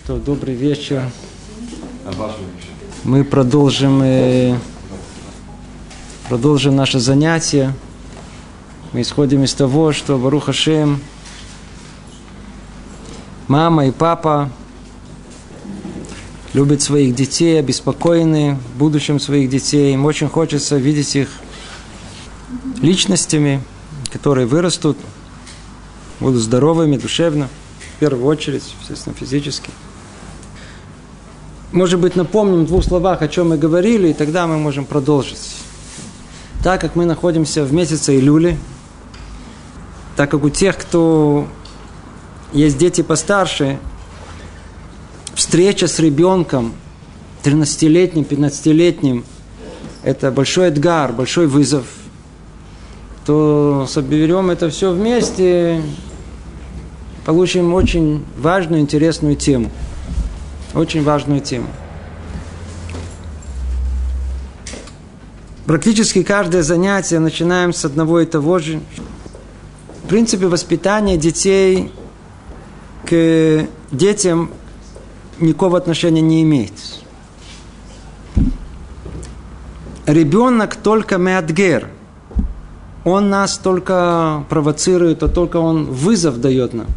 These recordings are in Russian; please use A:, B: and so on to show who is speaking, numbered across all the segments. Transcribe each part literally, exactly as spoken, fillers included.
A: То, добрый вечер. Мы продолжим, э, продолжим наше занятие. Мы исходим из того, что Барух Ашем, мама и папа любят своих детей, обеспокоены будущим своих детей. Им очень хочется видеть их личностями, которые вырастут, будут здоровыми, душевно, в первую очередь, естественно, физически. Может быть, напомним в двух словах, о чем мы говорили, и тогда мы можем продолжить. Так как мы находимся в месяце Илюле, так как у тех, кто есть дети постарше, встреча с ребенком, тринадцатилетним, пятнадцатилетним, это большой эдгар, большой вызов, то соберем это все вместе, получим очень важную, интересную тему. Очень важную тему. Практически каждое занятие начинаем с одного и того же. В принципе, воспитание детей к детям никакого отношения не имеет. Ребенок только меадгер. Он нас только провоцирует, а только он вызов дает нам.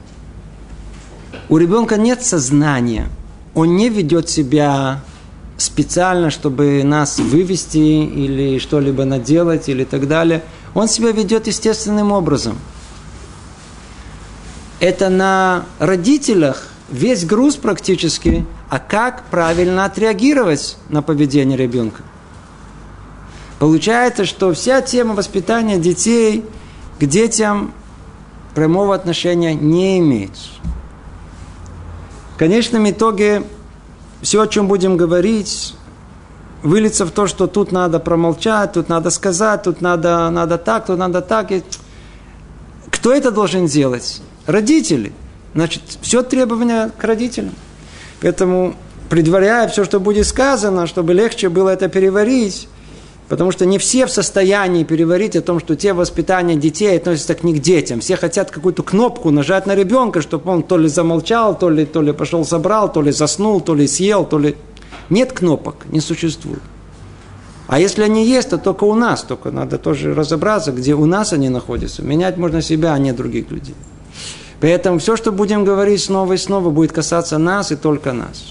A: У ребенка нет сознания. Он не ведет себя специально, чтобы нас вывести или что-либо наделать или так далее. Он себя ведет естественным образом. Это на родителях весь груз практически, а как правильно отреагировать на поведение ребенка. Получается, что вся тема воспитания детей к детям прямого отношения не имеет. В конечном итоге, все, о чем будем говорить, выльется в то, что тут надо промолчать, тут надо сказать, тут надо, надо так, тут надо так. Кто это должен делать? Родители. Значит, все требования к родителям. Поэтому, предваряя все, что будет сказано, чтобы легче было это переварить, потому что не все в состоянии переварить о том, что те воспитания детей относятся к них детям. Все хотят какую-то кнопку нажать на ребенка, чтобы он то ли замолчал, то ли, то ли пошел собрал, то ли заснул, то ли съел, то ли... Нет кнопок, не существует. А если они есть, то только у нас. Только надо тоже разобраться, где у нас они находятся. Менять можно себя, а не других людей. Поэтому все, что будем говорить снова и снова, будет касаться нас и только нас.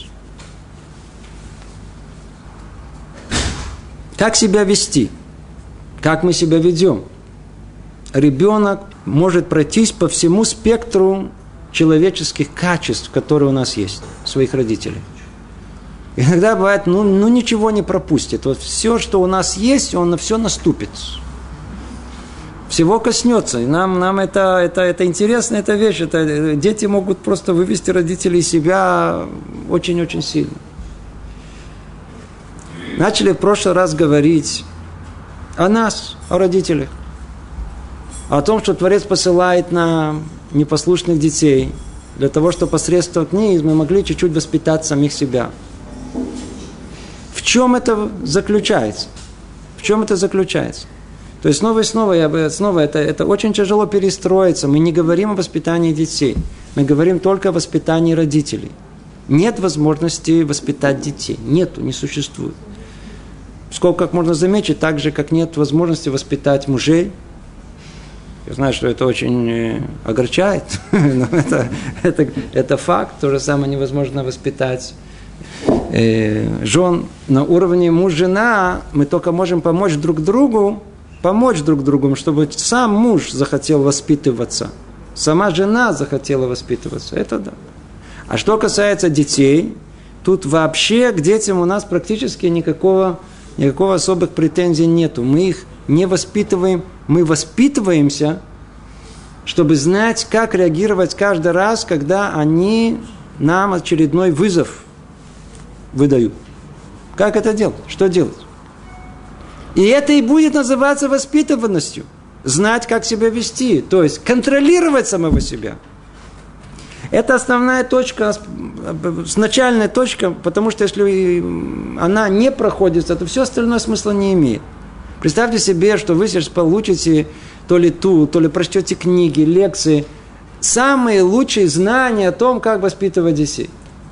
A: Как себя вести? Как мы себя ведем? Ребенок может пройтись по всему спектру человеческих качеств, которые у нас есть, своих родителей. Иногда бывает, ну, ну ничего не пропустит. Вот все, что у нас есть, он на все наступит. Всего коснется. И нам, нам это, это, это интересная эта вещь. Это, дети могут просто вывести родителей из себя очень-очень сильно. Начали в прошлый раз говорить о нас, о родителях. О том, что Творец посылает нам непослушных детей, для того, чтобы посредством них мы могли чуть-чуть воспитать самих себя. В чем это заключается? В чем это заключается? То есть снова и снова, я, снова это, это очень тяжело перестроиться. Мы не говорим о воспитании детей. Мы говорим только о воспитании родителей. Нет возможности воспитать детей. Нету, не существует. Сколько, как можно заметить, так же, как нет возможности воспитать мужей. Я знаю, что это очень огорчает, но это, это, это факт. То же самое невозможно воспитать э, жен. На уровне муж-жена мы только можем помочь друг другу, помочь друг другу, чтобы сам муж захотел воспитываться, сама жена захотела воспитываться. Это да. А что касается детей, тут вообще к детям у нас практически никакого... Никакого особых претензий нету. Мы их не воспитываем. Мы воспитываемся, чтобы знать, как реагировать каждый раз, когда они нам очередной вызов выдают. Как это делать? Что делать? И это и будет называться воспитанностью. Знать, как себя вести. То есть контролировать самого себя. Это основная точка, начальная точка, потому что если она не проходится, то все остальное смысла не имеет. Представьте себе, что вы сейчас получите то ли ту, то ли прочтете книги, лекции, самые лучшие знания о том, как воспитывать детей.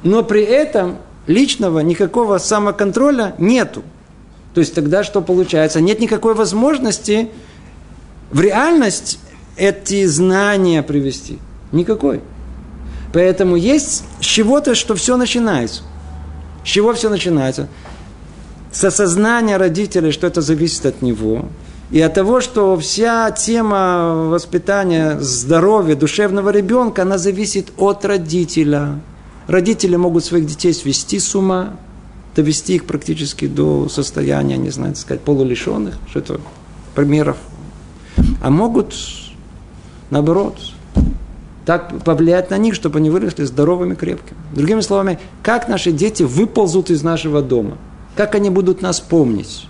A: но при этом личного никакого самоконтроля нету. То есть тогда что получается? Нет никакой возможности в реальность эти знания привести. Никакой. Поэтому есть с чего-то, что все начинается. С чего все начинается? С осознания родителей, что это зависит от него. И от того, что вся тема воспитания здоровья душевного ребенка, она зависит от родителя. Родители могут своих детей свести с ума, довести их практически до состояния, не знаю, так сказать, полулишенных, что это примеров. А могут, наоборот, так повлиять на них, чтобы они выросли здоровыми, крепкими. Другими словами, как наши дети выползут из нашего дома? Как они будут нас помнить?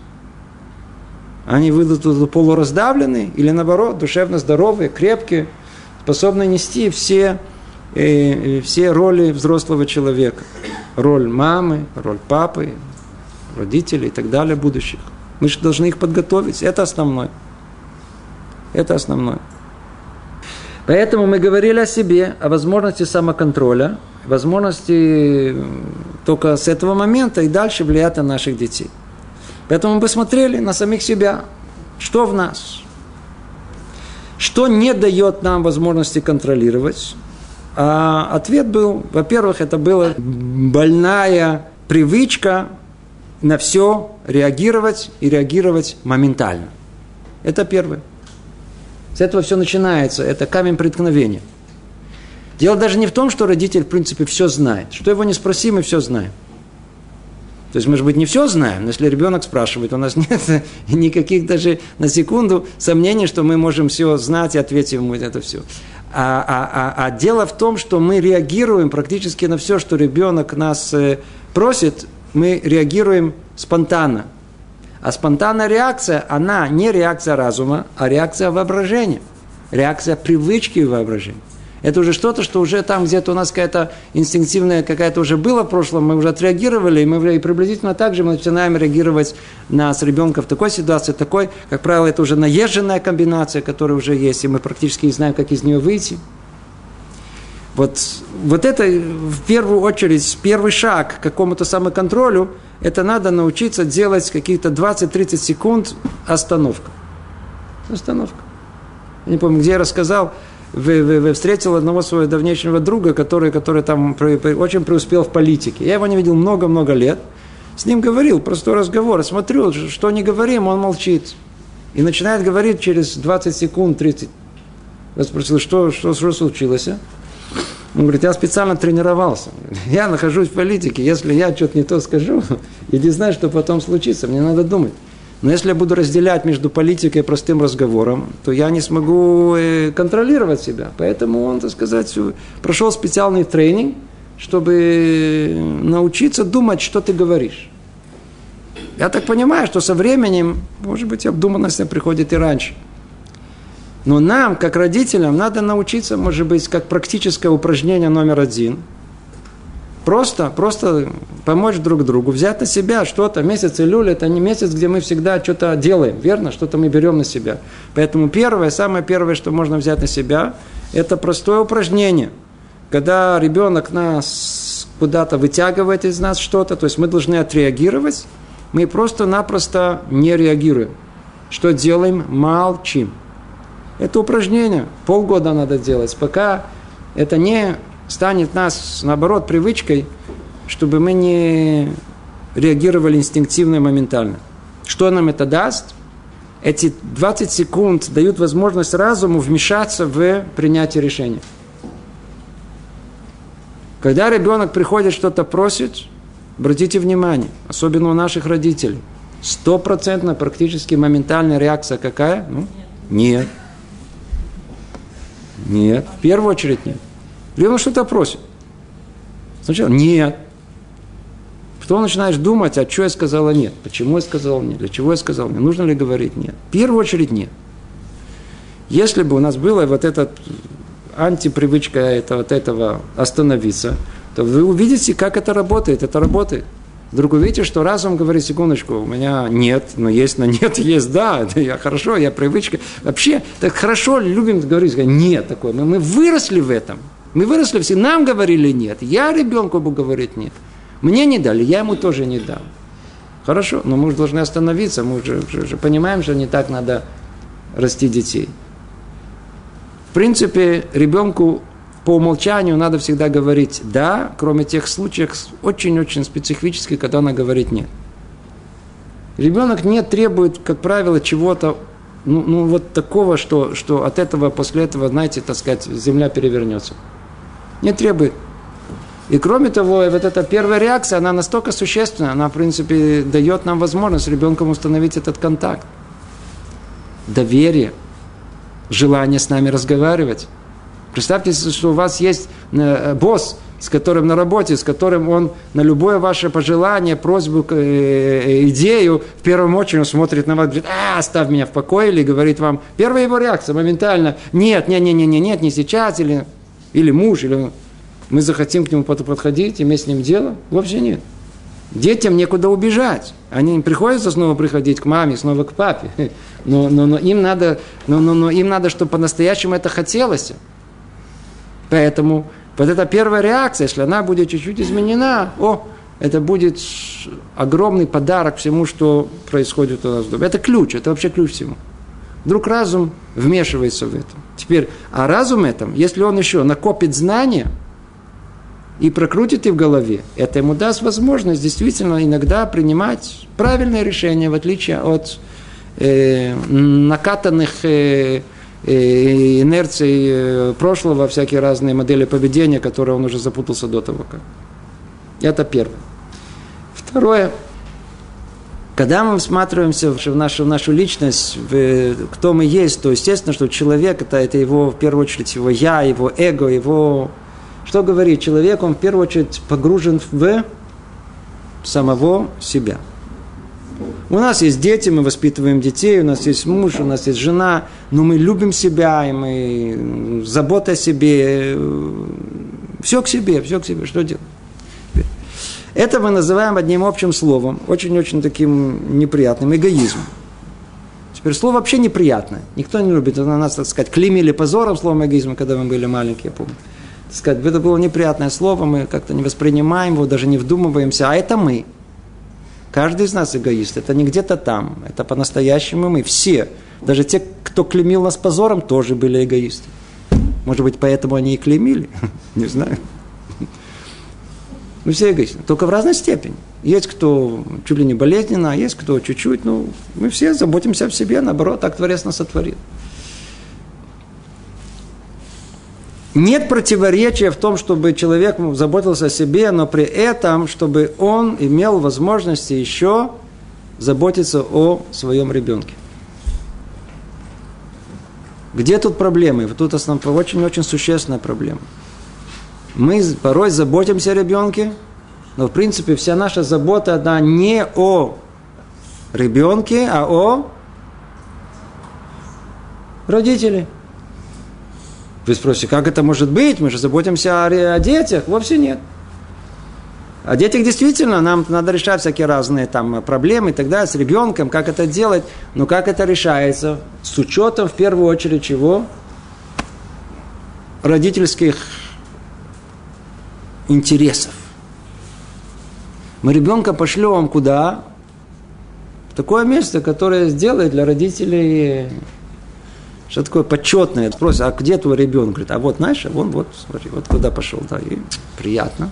A: Они выйдут полураздавленные или, наоборот, душевно здоровые, крепкие, способны нести все, э, все роли взрослого человека. Роль мамы, роль папы, родителей и так далее будущих. Мы же должны их подготовить. Это основное. Это основное. Поэтому мы говорили о себе, о возможности самоконтроля, возможности только с этого момента и дальше влиять на наших детей. Поэтому мы посмотрели на самих себя, что в нас, что не дает нам возможности контролировать. А ответ был, во-первых, это была больная привычка на все реагировать и реагировать моментально. Это первое. С этого все начинается, это камень преткновения. Дело даже не в том, что родитель, в принципе, все знает. Что его не спроси, мы все знаем. То есть, может быть, не все знаем, но если ребенок спрашивает, у нас нет никаких даже на секунду сомнений, что мы можем все знать и ответить ему это все. А, а, а, а дело в том, что мы реагируем практически на все, что ребенок нас просит, мы реагируем спонтанно. А спонтанная реакция, она не реакция разума, а реакция воображения, реакция привычки и воображения. Это уже что-то, что уже там где-то у нас какая-то инстинктивная, какая-то уже была в прошлом, мы уже отреагировали, и мы приблизительно так же мы начинаем реагировать на с ребенком в такой ситуации, такой, как правило, это уже наезженная комбинация, которая уже есть, и мы практически не знаем, как из нее выйти. Вот, вот это в первую очередь первый шаг к какому-то самоконтролю, это надо научиться делать какие-то двадцать-тридцать секунд остановка. Остановка. Я не помню, где я рассказал, Вы, вы, вы встретил одного своего давнейшего друга, который, который там очень преуспел в политике. Я его не видел много-много лет. С ним говорил, простой разговор. Смотрю, что не говорим, он молчит. И начинает говорить через двадцать секунд, тридцать. Я спросил, что, что, что случилось? А? Он говорит, я специально тренировался. Я нахожусь в политике. Если я что-то не то скажу, я не знаю, что потом случится. Мне надо думать. Но если я буду разделять между политикой и простым разговором, то я не смогу контролировать себя. Поэтому он, так сказать, прошел специальный тренинг, чтобы научиться думать, что ты говоришь. Я так понимаю, что со временем, может быть, обдуманность приходит и раньше. Но нам, как родителям, надо научиться, может быть, как практическое упражнение номер один – Просто, просто помочь друг другу, взять на себя что-то. Месяц Илюль – это не месяц, где мы всегда что-то делаем, верно? Что-то мы берем на себя. Поэтому первое, самое первое, что можно взять на себя, это простое упражнение. Когда ребенок нас куда-то вытягивает из нас что-то, то есть мы должны отреагировать, мы просто-напросто не реагируем. Что делаем? Молчим. Это упражнение. Полгода надо делать, пока это не станет нас, наоборот, привычкой, чтобы мы не реагировали инстинктивно и моментально. Что нам это даст? Эти двадцать секунд дают возможность разуму вмешаться в принятие решения. Когда ребенок приходит, что-то просит, обратите внимание, особенно у наших родителей, стопроцентно практически моментальная реакция какая? Ну, нет. Нет. В первую очередь нет. Ребенок что-то просит. Сначала нет. Потом начинаешь думать, а что я сказала нет, почему я сказал нет, для чего я сказал нет, нужно ли говорить нет. В первую очередь нет. Если бы у нас была вот эта антипривычка это, вот этого остановиться, то вы увидите, как это работает. Это работает. Вдруг увидите, что разум говорит, секундочку, у меня нет, но есть, но нет, есть, да, это я хорошо, я привычка. Вообще, так хорошо любим говорить, нет такое. Мы, мы выросли в этом. Мы выросли все, нам говорили нет. Я ребенку буду говорить нет. Мне не дали, я ему тоже не дам. Хорошо, но мы же должны остановиться. Мы же, же, же понимаем, что не так надо расти детей. В принципе, ребенку по умолчанию надо всегда говорить «да», кроме тех случаев очень-очень специфических, когда она говорит «нет». Ребенок не требует, как правило, чего-то, ну, ну вот такого, что, что от этого, после этого, знаете, так сказать, земля перевернется. Не требует. И кроме того, вот эта первая реакция, она настолько существенна, она, в принципе, дает нам возможность с ребенком установить этот контакт. Доверие, желание с нами разговаривать. Представьте, что у вас есть босс, с которым на работе, с которым он на любое ваше пожелание, просьбу, идею, в первую очередь он смотрит на вас, говорит, а, оставь меня в покое, или говорит вам, первая его реакция моментально, нет, нет, нет, нет, нет, не сейчас, или, или муж, или мы захотим к нему подходить, иметь с ним дело, вообще нет. Детям некуда убежать. Они приходится снова приходить к маме, снова к папе. Но, но, но, им, надо, но, но, но им надо, чтобы по-настоящему это хотелось. Поэтому вот эта первая реакция, если она будет чуть-чуть изменена, о, это будет огромный подарок всему, что происходит у нас в доме. Это ключ, это вообще ключ всему. Вдруг разум вмешивается в это. Теперь, а разум этом, если он еще накопит знания и прокрутит их в голове, это ему даст возможность действительно иногда принимать правильные решения, в отличие от э, накатанных э, э, инерций э, прошлого, всякие разные модели поведения, которые он уже запутался до того, как. Это первое. Второе. Когда мы всматриваемся в нашу, в нашу личность, в кто мы есть, то естественно, что человек это, это его, в первую очередь, его я, его эго, его... Что говорит человек? Он в первую очередь погружен в самого себя. У нас есть дети, мы воспитываем детей, у нас есть муж, у нас есть жена, но мы любим себя, и мы забота о себе, все к себе, все к себе, что делать? Это мы называем одним общим словом, очень-очень таким неприятным, эгоизмом. Теперь слово вообще неприятное. Никто не любит. На нас, так сказать, клеймили позором словом эгоизм, когда мы были маленькие, я помню. Так сказать, это было неприятное слово, мы как-то не воспринимаем его, даже не вдумываемся. А это мы. Каждый из нас эгоист. Это не где-то там. Это по-настоящему мы. Все. Даже те, кто клеймил нас позором, тоже были эгоисты. Может быть, поэтому они и клеймили? Не знаю. Мы все эгоисты, только в разной степени. Есть кто чуть ли не болезненно, а есть кто чуть-чуть. Ну, мы все заботимся о себе, наоборот, так Творец нас сотворил. Нет противоречия в том, чтобы человек заботился о себе, но при этом, чтобы он имел возможности еще заботиться о своем ребенке. Где тут проблемы? Тут очень-очень существенная проблема. Мы порой заботимся о ребенке, но в принципе вся наша забота она не о ребенке, а о родителях. Вы спросите, как это может быть? Мы же заботимся о, о детях. Вовсе нет. О детях действительно нам надо решать всякие разные там проблемы и так далее, с ребенком, как это делать. Но как это решается? С учетом, в первую очередь, чего? Родительских интересов. Мы ребенка пошлем куда? В такое место, которое сделает для родителей что такое почетное. Спросят, а где твой ребенок? Говорит, а вот, знаешь, вон, вот, смотри, вот куда пошел. Да, и приятно.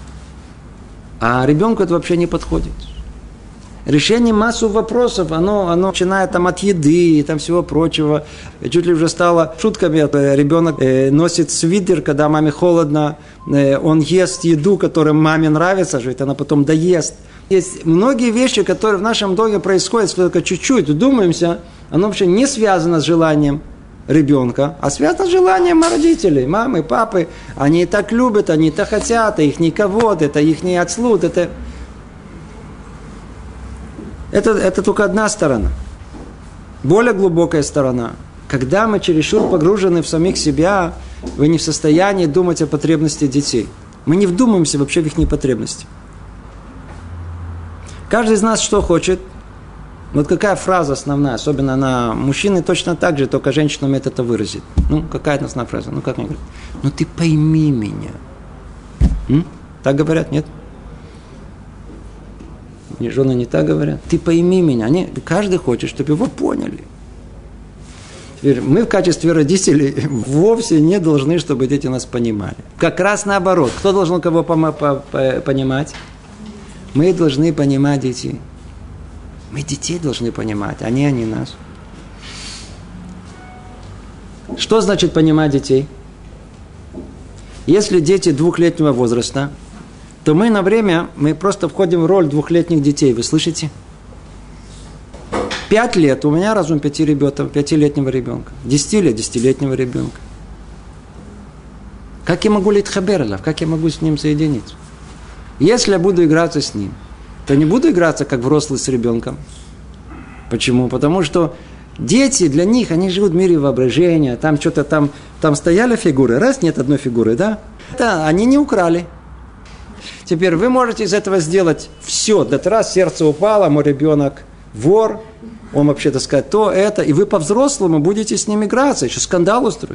A: А ребенку это вообще не подходит. Решение массу вопросов, оно, оно начинает там от еды и там всего прочего. Чуть ли уже стало шутками. Ребенок носит свитер, когда маме холодно. Он ест еду, которая маме нравится, ведь она потом доест. Есть многие вещи, которые в нашем доме происходят, если только чуть-чуть думаемся, оно вообще не связано с желанием ребенка, а связано с желанием родителей, мамы, папы. Они и так любят, они и так хотят, это их не кого-то, это их не отслуд, это... Это, это только одна сторона. Более глубокая сторона. Когда мы чересчур погружены в самих себя, вы не в состоянии думать о потребности детей. Мы не вдумаемся вообще в их потребности. Каждый из нас что хочет? Вот какая фраза основная, особенно на мужчины точно так же, только женщина умеет это выразить. Ну, какая основная фраза? Ну, как они говорят? Ну, ты пойми меня. М? Так говорят, нет? Жены не так говорят. Ты пойми меня. Они, каждый хочет, чтобы его поняли. Теперь мы в качестве родителей вовсе не должны, чтобы дети нас понимали. Как раз наоборот. Кто должен кого понимать? Мы должны понимать детей. Мы детей должны понимать, а не они нас. Что значит понимать детей? Если дети двухлетнего возраста, то мы на время, мы просто входим в роль двухлетних детей. Вы слышите? Пять лет, у меня разум пяти ребенка, пятилетнего ребенка. Десяти лет, десятилетнего ребенка. Как я могу литхаберлов? Как я могу с ним соединиться? Если я буду играться с ним, то не буду играться как взрослый с ребенком. Почему? Потому что дети, для них, они живут в мире воображения. Там что-то там, там стояли фигуры. Раз, нет одной фигуры, да? Да, они не украли. Теперь вы можете из этого сделать все. Да раз сердце упало, мой ребенок вор, он вообще, так сказать, то, это. И вы по-взрослому будете с ним играться, еще скандал устроить.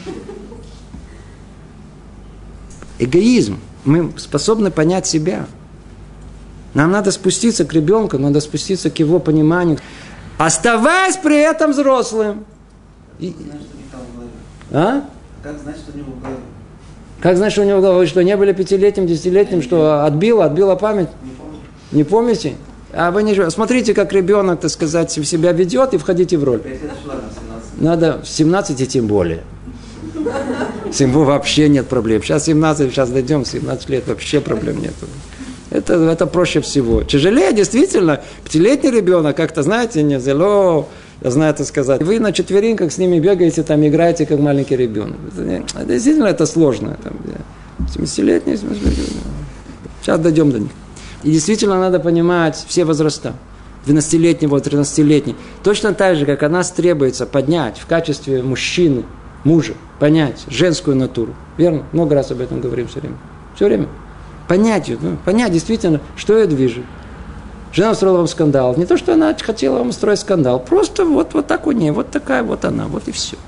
A: Эгоизм. Мы способны понять себя. Нам надо спуститься к ребенку, надо спуститься к его пониманию. Оставаясь при этом взрослым. И... А?
B: Как знать, что у него в голове?
A: Как знаешь, что у него в голове? Вы что, не были пятилетним, десятилетним, что отбило, отбила память?
B: Не помню.
A: Не помните? А вы не живете. Смотрите, как ребенок, так сказать, себя ведет, и входите в роль.
B: пять лет шла на семнадцать.
A: Надо в семнадцати тем более. В семнадцати вообще нет проблем. Сейчас семнадцать, сейчас дойдем, семнадцать лет вообще проблем нет. Это, это проще всего. Тяжелее, действительно. Пятилетний ребенок, как-то, знаете, не зело, я знаю это сказать. Вы на четверинках с ними бегаете, там играете, как маленький ребенок. Это, действительно, это сложно. семидесятилетний, сейчас дойдем до них. И действительно надо понимать все возраста. двенадцатилетнего, тринадцатилетнего. Точно так же, как от нас требуется поднять в качестве мужчины, мужа, понять женскую натуру. Верно? Много раз об этом говорим все время. Все время. Понять ее, ну, понять действительно, что ее движет. Жена устроила вам скандал. Не то, что она хотела вам устроить скандал. Просто вот, вот так у нее, вот такая вот она, вот и все.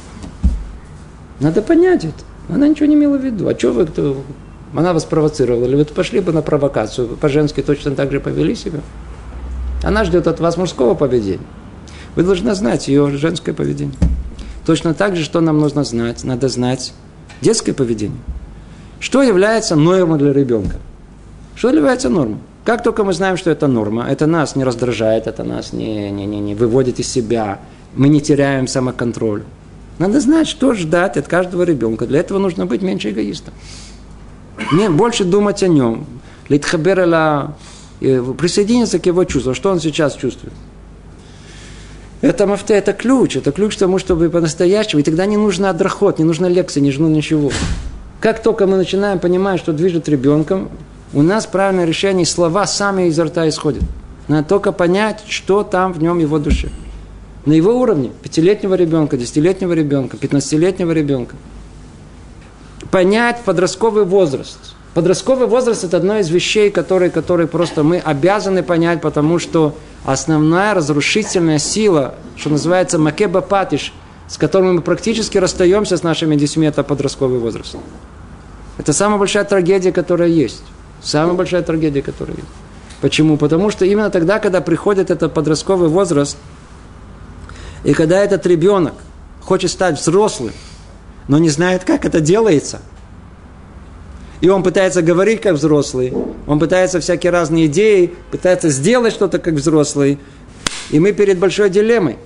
A: Надо понять это. Она ничего не имела в виду. А что вы, кто... Она вас провоцировала. Или вы пошли бы на провокацию, по-женски точно так же повели себя. Она ждет от вас мужского поведения. Вы должны знать ее женское поведение. Точно так же, что нам нужно знать? Надо знать детское поведение. Что является нормой для ребенка? Что является нормой? Как только мы знаем, что это норма, это нас не раздражает, это нас не, не, не, не выводит из себя, мы не теряем самоконтроль. Надо знать, что ждать от каждого ребенка. Для этого нужно быть меньше эгоистом. Не, больше думать о нем. Присоединиться к его чувствам. Что он сейчас чувствует? Это мафте, это ключ. Это ключ к тому, чтобы по-настоящему. И тогда не нужно адрахот, не нужно лекции, не нужно ничего. Как только мы начинаем понимать, что движет ребенком, у нас правильное решение, слова сами изо рта исходят. Надо только понять, что там в нем его душе. На его уровне. Пятилетнего ребенка, десятилетнего ребенка, пятнадцатилетнего ребенка. Понять подростковый возраст. Подростковый возраст – это одно из вещей, которые, которые просто мы обязаны понять, потому что основная разрушительная сила, что называется макеба патиш, с которыми мы практически расстаемся с нашими детьми, это подростковый возраст. Это самая большая трагедия, которая есть. Самая большая трагедия, которая есть. Почему? Потому что именно тогда, когда приходит этот подростковый возраст, и когда этот ребенок хочет стать взрослым, но не знает, как это делается, и он пытается говорить как взрослый, он пытается всякие разные идеи, пытается сделать что-то как взрослый, и мы перед большой дилеммой.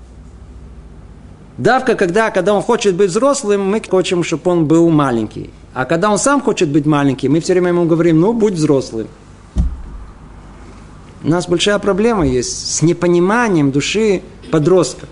A: Давка, когда, когда он хочет быть взрослым, мы хотим, чтобы он был маленький. А когда он сам хочет быть маленьким, мы все время ему говорим, ну, будь взрослым. У нас большая проблема есть с непониманием души подростка.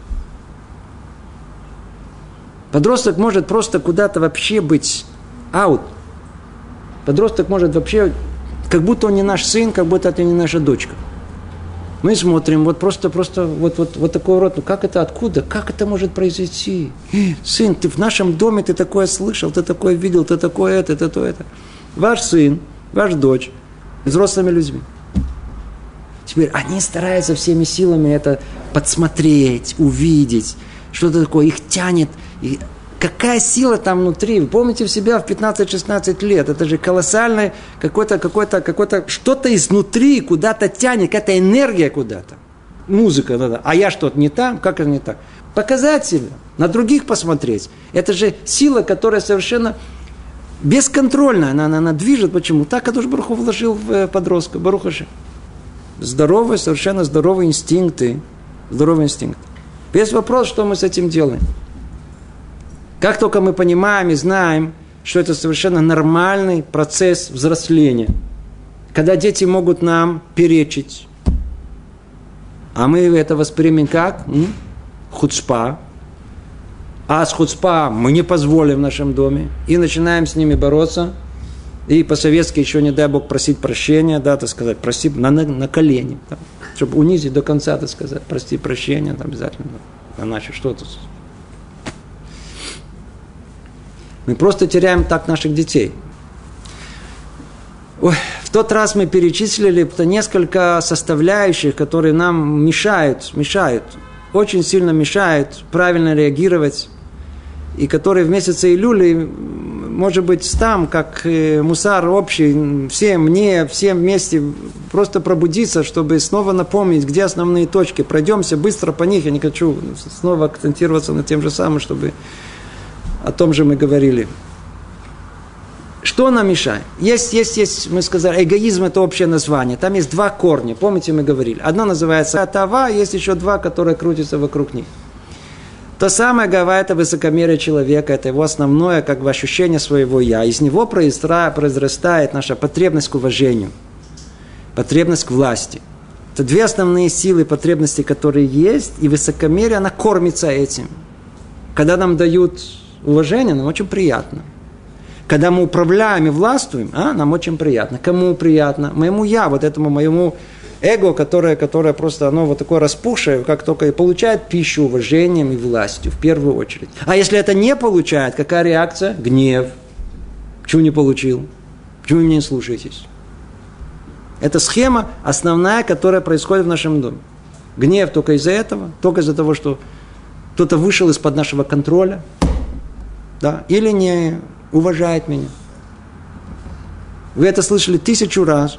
A: Подросток может просто куда-то вообще быть out. Подросток может вообще, как будто он не наш сын, как будто это не наша дочка. Мы смотрим, вот просто, просто, вот, вот, вот такой урод, ну как это, откуда, как это может произойти? Сын, ты в нашем доме, ты такое слышал, ты такое видел, ты такое это, ты то это. Ваш сын, ваш дочь, взрослыми людьми. Теперь они стараются всеми силами это подсмотреть, увидеть, что-то такое, их тянет. И какая сила там внутри? Вы помните в себя в пятнадцать-шестнадцать лет? Это же колоссальное какое-то, какое-то, какое-то, что-то изнутри куда-то тянет, какая-то энергия куда-то. Музыка, да-да. А я что-то не там? Как это не так? Показать себя, на других посмотреть. Это же сила, которая совершенно бесконтрольная. Она, она, она движет. Почему? Так Кадош Барух Ху вложил в подростка. Барух Ашем. Здоровые, совершенно здоровые инстинкты. Здоровый инстинкт. Весь вопрос, что мы с этим делаем. Как только мы понимаем и знаем, что это совершенно нормальный процесс взросления. Когда дети могут нам перечить. А мы это воспримем как? М? Хуцпа. А с хуцпа мы не позволим в нашем доме. И начинаем с ними бороться. И по-советски еще, не дай Бог, просить прощения. Да, так сказать, проси на, на, на колени. Да, чтобы унизить до конца, так сказать. Прости прощения, да, обязательно. Иначе что тут? Мы просто теряем так наших детей. Ой, в тот раз мы перечислили несколько составляющих, которые нам мешают, мешают, очень сильно мешают правильно реагировать, и которые в месяце Илюли, может быть, там, как мусар общий, всем, мне, всем вместе просто пробудиться, чтобы снова напомнить, где основные точки. Пройдемся быстро по них, я не хочу снова акцентироваться на тем же самым, чтобы о том же мы говорили. Что нам мешает? Есть, есть, есть, мы сказали, эгоизм – это общее название. Там есть два корня, помните, мы говорили. Одно называется тава, есть еще два, которые крутятся вокруг них. То самое гава – это высокомерие человека, это его основное как бы ощущение своего «я». Из него произрастает наша потребность к уважению, потребность к власти. Это две основные силы, потребности, которые есть, и высокомерие, она кормится этим. Когда нам дают уважение, нам очень приятно. Когда мы управляем и властвуем, а, нам очень приятно. Кому приятно? Моему я, вот этому моему эго, которое, которое просто оно вот такое распухшее, как только и получает пищу уважением и властью, в первую очередь. А если это не получает, какая реакция? Гнев. Почему не получил? Почему вы меня не слушаетесь? Это схема основная, которая происходит в нашем доме. Гнев только из-за этого, только из-за того, что кто-то вышел из-под нашего контроля, да, или не уважает меня. Вы это слышали тысячу раз,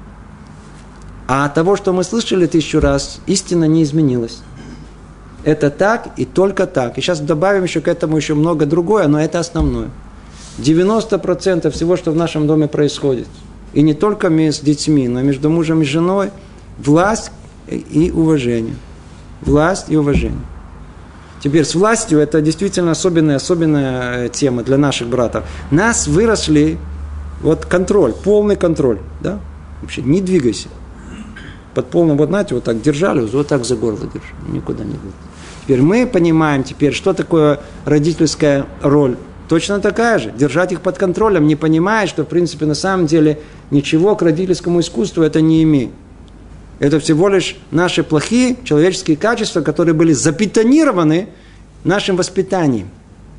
A: а от того, что мы слышали тысячу раз, истина не изменилась. Это так и только так. И сейчас добавим еще к этому еще много другое, но это основное. девяносто процентов всего, что в нашем доме происходит, и не только с детьми, но и между мужем и женой, власть и уважение. Власть и уважение. Теперь с властью это действительно особенная, особенная тема для наших братьев. Нас выросли, вот контроль, полный контроль. Да? Вообще не двигайся. Под полным, вот знаете, вот так держали, вот так за горло держали, никуда не двигайся. Теперь мы понимаем теперь, что такое родительская роль. Точно такая же. Держать их под контролем, не понимая, что в принципе на самом деле ничего к родительскому искусству это не имеет. Это всего лишь наши плохие человеческие качества, которые были запетонированы нашим воспитанием.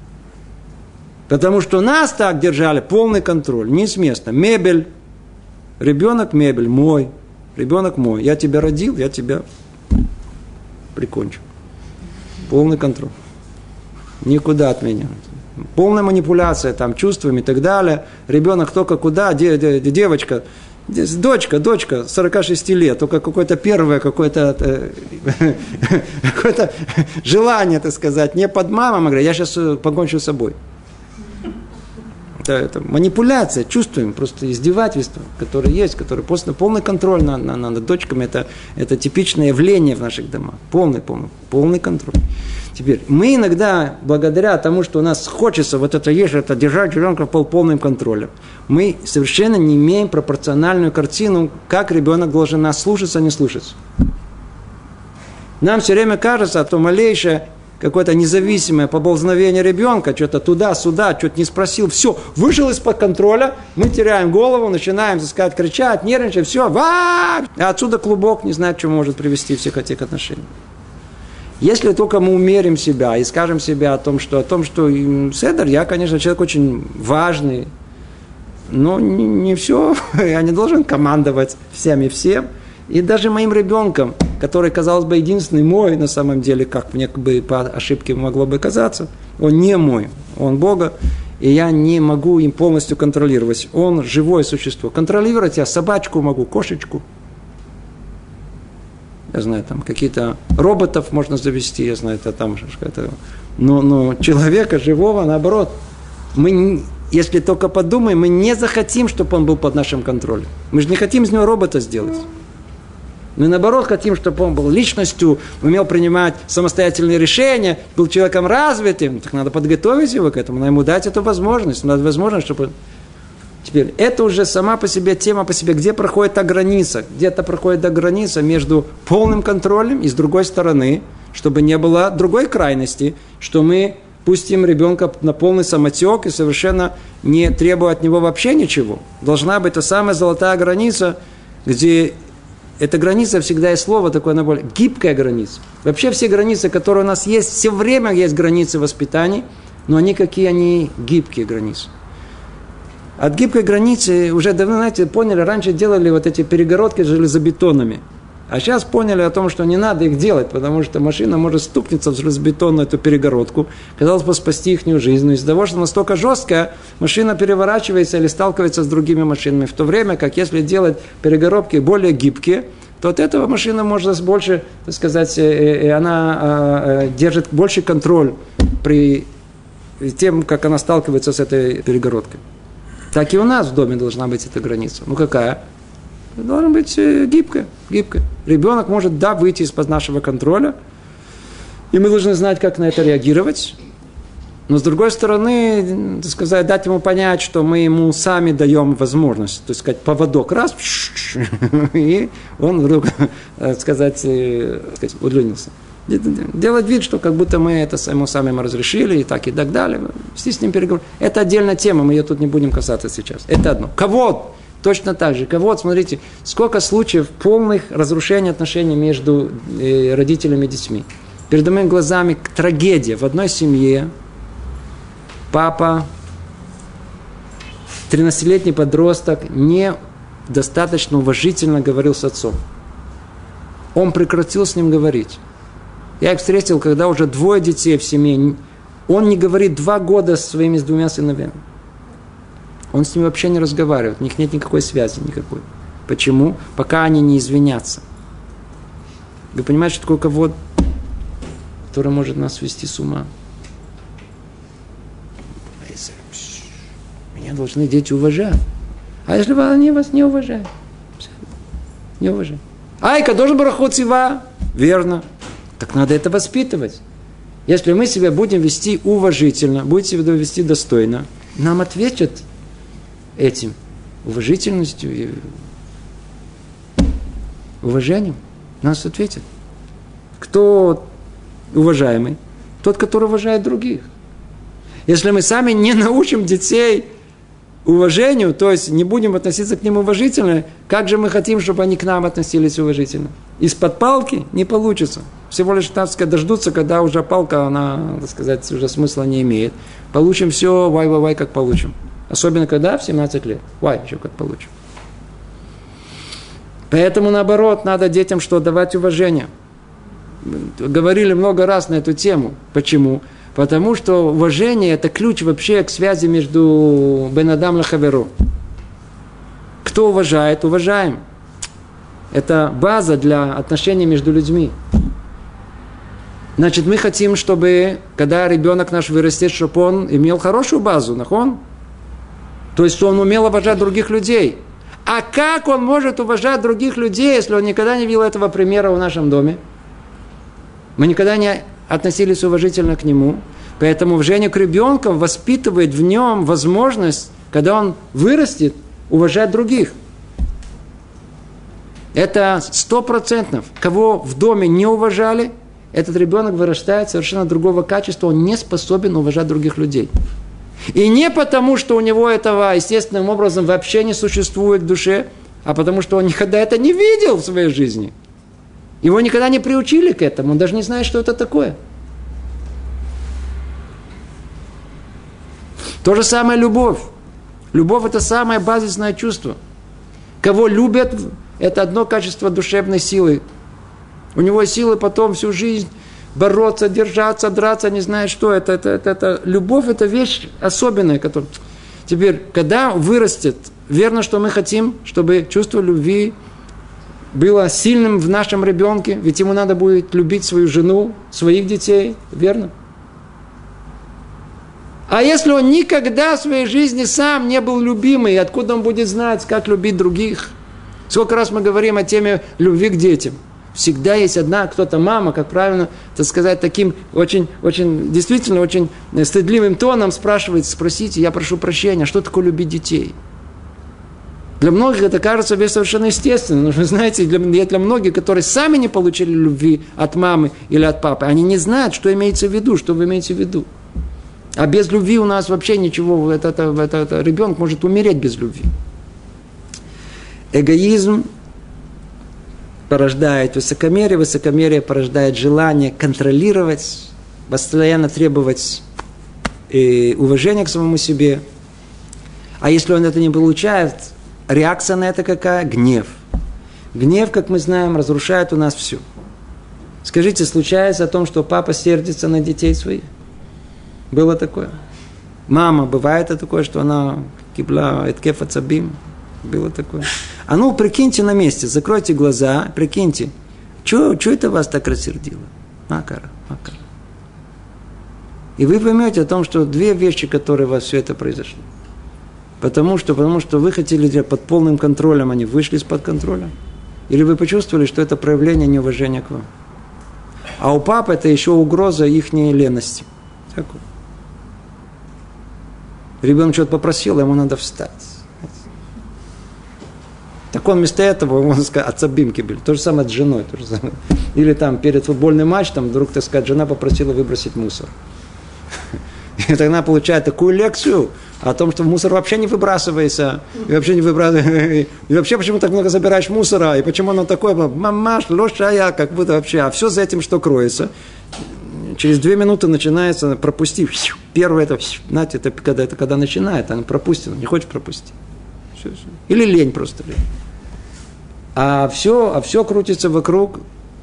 A: Потому что нас так держали, полный контроль, не с места. Мебель, ребенок мебель, мой, ребенок мой. Я тебя родил, я тебя прикончу. Полный контроль. Никуда от меня. Полная манипуляция там, чувствами и так далее. Ребенок только куда, де, де, де, девочка... Дочка, дочка, сорок шесть лет, только какое-то первое, какое-то, какое-то желание, так сказать, не под мамой, говорит, я сейчас покончу с собой. Это, это манипуляция, чувствуем, просто издевательство, которое есть, которое просто полный контроль над, над, над дочками, это, это типичное явление в наших домах, полный, полный, полный контроль. Теперь, мы иногда, благодаря тому, что у нас хочется вот это есть, это держать ребенка под полным контролем, мы совершенно не имеем пропорциональную картину, как ребенок должен нас слушаться, не слушаться. Нам все время кажется, что малейшее какое-то независимое поползновение ребенка, что-то туда-сюда, что-то не спросил, все, вышел из-под контроля, мы теряем голову, начинаем, так сказать, кричать, нервничать, все, ва! И отсюда клубок, не знаю, к чему может привести всех этих отношений. Если только мы умерим себя и скажем себе о том, что, о том, что седер, я, конечно, человек очень важный, но не, не все, я не должен командовать всем и всем. И даже моим ребенком, который, казалось бы, единственный мой, на самом деле, как мне бы по ошибке могло бы казаться, он не мой, он Бога, и я не могу им полностью контролировать. Он живое существо. Контролировать я собачку могу, кошечку. Я знаю, там какие-то роботов можно завести, я знаю, это там это, но, но человека живого, наоборот, мы, если только подумаем, мы не захотим, чтобы он был под нашим контролем. Мы же не хотим из него робота сделать. Мы, наоборот, хотим, чтобы он был личностью, умел принимать самостоятельные решения, был человеком развитым. Так надо подготовить его к этому, надо ему дать эту возможность. Надо возможность, чтобы... Теперь, это уже сама по себе, тема по себе, где проходит та граница. Где-то проходит та граница между полным контролем и, с другой стороны, чтобы не было другой крайности, что мы пустим ребенка на полный самотек и совершенно не требуя от него вообще ничего. Должна быть та самая золотая граница, где... Эта граница всегда есть слово такое, она более гибкая граница. Вообще все границы, которые у нас есть, все время есть границы воспитания, но они какие, они гибкие границы. От гибкой границы уже давно, знаете, поняли, раньше делали вот эти перегородки с железобетонными. А сейчас поняли о том, что не надо их делать, потому что машина может стукнуться в железобетонную эту перегородку, казалось бы, спасти их жизнь. Но из-за того, что настолько жесткая, машина переворачивается или сталкивается с другими машинами. В то время, как если делать перегородки более гибкие, то от этого машина может больше, так сказать, она держит больше контроль при тем, как она сталкивается с этой перегородкой. Так и у нас в доме должна быть эта граница. Ну какая? Должна быть гибкая, гибкая. Ребенок может, да, выйти из-под нашего контроля, и мы должны знать, как на это реагировать. Но, с другой стороны, так сказать, дать ему понять, что мы ему сами даем возможность, то есть, сказать, поводок, раз, и он вдруг, так сказать, удлинился. Делать вид, что как будто мы это ему сами разрешили, и так, и так далее. Вести с ним переговоры. Это отдельная тема, мы ее тут не будем касаться сейчас. Это одно. Кого? Точно так же. Кого? Смотрите, сколько случаев полных разрушений отношений между родителями и детьми. Перед моими глазами трагедия. В одной семье папа, тринадцатилетний подросток, недостаточно уважительно говорил с отцом. Он прекратил с ним говорить. Я их встретил, когда уже двое детей в семье. Он не говорит два года со своими с двумя сыновьями. Он с ними вообще не разговаривает. У них нет никакой связи никакой. Почему? Пока они не извинятся. Вы понимаете, что такое кого, который может нас свести с ума? Меня должны дети уважать. А если они вас не уважают? Не уважают. Ай, кадош бараху цива. Верно. Так надо это воспитывать. Если мы себя будем вести уважительно, будем себя вести достойно, нам ответят этим уважительностью и уважением. Нас ответят. Кто уважаемый? Тот, который уважает других. Если мы сами не научим детей уважению, то есть не будем относиться к ним уважительно, как же мы хотим, чтобы они к нам относились уважительно? Из-под палки не получится. Всего лишь, так сказать, дождутся, когда уже палка, она, так сказать, уже смысла не имеет. Получим все, вай-вай-вай, как получим. Особенно, когда в семнадцать лет. Вай, еще как получим. Поэтому, наоборот, надо детям что? Давать уважение. Говорили много раз на эту тему. Почему? Потому что уважение – это ключ вообще к связи между бен адам лехаверо. Кто уважает? Уважаем. Это база для отношений между людьми. Значит, мы хотим, чтобы, когда ребенок наш вырастет, чтобы он имел хорошую базу, нахон? То есть, что он умел уважать других людей. А как он может уважать других людей, если он никогда не видел этого примера в нашем доме? Мы никогда не относились уважительно к нему. Поэтому уважение к ребенку воспитывает в нем возможность, когда он вырастет, уважать других. Это сто процентов. Кого в доме не уважали, этот ребенок вырастает совершенно другого качества, он не способен уважать других людей. И не потому, что у него этого естественным образом вообще не существует в душе, а потому, что он никогда это не видел в своей жизни. Его никогда не приучили к этому, он даже не знает, что это такое. То же самое любовь. Любовь – это самое базисное чувство. Кого любят, Это одно качество душевной силы. У него силы потом всю жизнь бороться, держаться, драться, не знаю что. Это, это, это, это. Любовь – это вещь особенная. Которая... Теперь, когда вырастет, верно, что мы хотим, чтобы чувство любви было сильным в нашем ребенке, ведь ему надо будет любить свою жену, своих детей, верно? А если он никогда в своей жизни сам не был любимый, откуда он будет знать, как любить других? Сколько раз мы говорим о теме любви к детям. Всегда есть одна, кто-то мама, как правильно, так сказать, таким очень, очень, действительно, очень стыдливым тоном спрашивает, спросите, я прошу прощения, что такое любить детей? Для многих это кажется совершенно естественно. Но вы знаете, для, для многих, которые сами не получили любви от мамы или от папы, они не знают, что имеется в виду, что вы имеете в виду. А без любви у нас вообще ничего, это, это, это, это, ребенок может умереть без любви. Эгоизм порождает высокомерие, высокомерие порождает желание контролировать, постоянно требовать э, уважения к самому себе. А если он это не получает, реакция на это какая? Гнев. Гнев, как мы знаем, разрушает у нас все. Скажите, случается о том, что папа сердится на детей своих? Было такое? Мама, бывает это такое, что она кибла эткеф ацабим? Было такое. А ну, прикиньте на месте, закройте глаза, прикиньте, что это вас так рассердило? Макара, макара. И вы поймете о том, что две вещи, которые у вас все это произошло. Потому что, потому что вы хотели под полным контролем, они вышли из-под контроля. Или вы почувствовали, что это проявление неуважения к вам. А у папы это еще угроза ихней лености. Такое. Ребенок что-то попросил, ему надо встать. Так он вместо этого, можно сказать, отцабимки были. То же самое с женой. То же самое. Или там перед футбольным матчем, вдруг, так сказать, жена попросила выбросить мусор. И тогда получает такую лекцию о том, что мусор вообще не выбрасывается. И вообще не выбрасывается. И вообще, почему так много забираешь мусора? И почему оно такое? Мамаш, лошая, как будто вообще. А все за этим, что кроется. Через две минуты начинается пропустив. Первое это, знаете, это когда, это когда начинает, она пропустит, не хочет пропустить. Все, все. Или лень просто. Лень. А все, а все крутится вокруг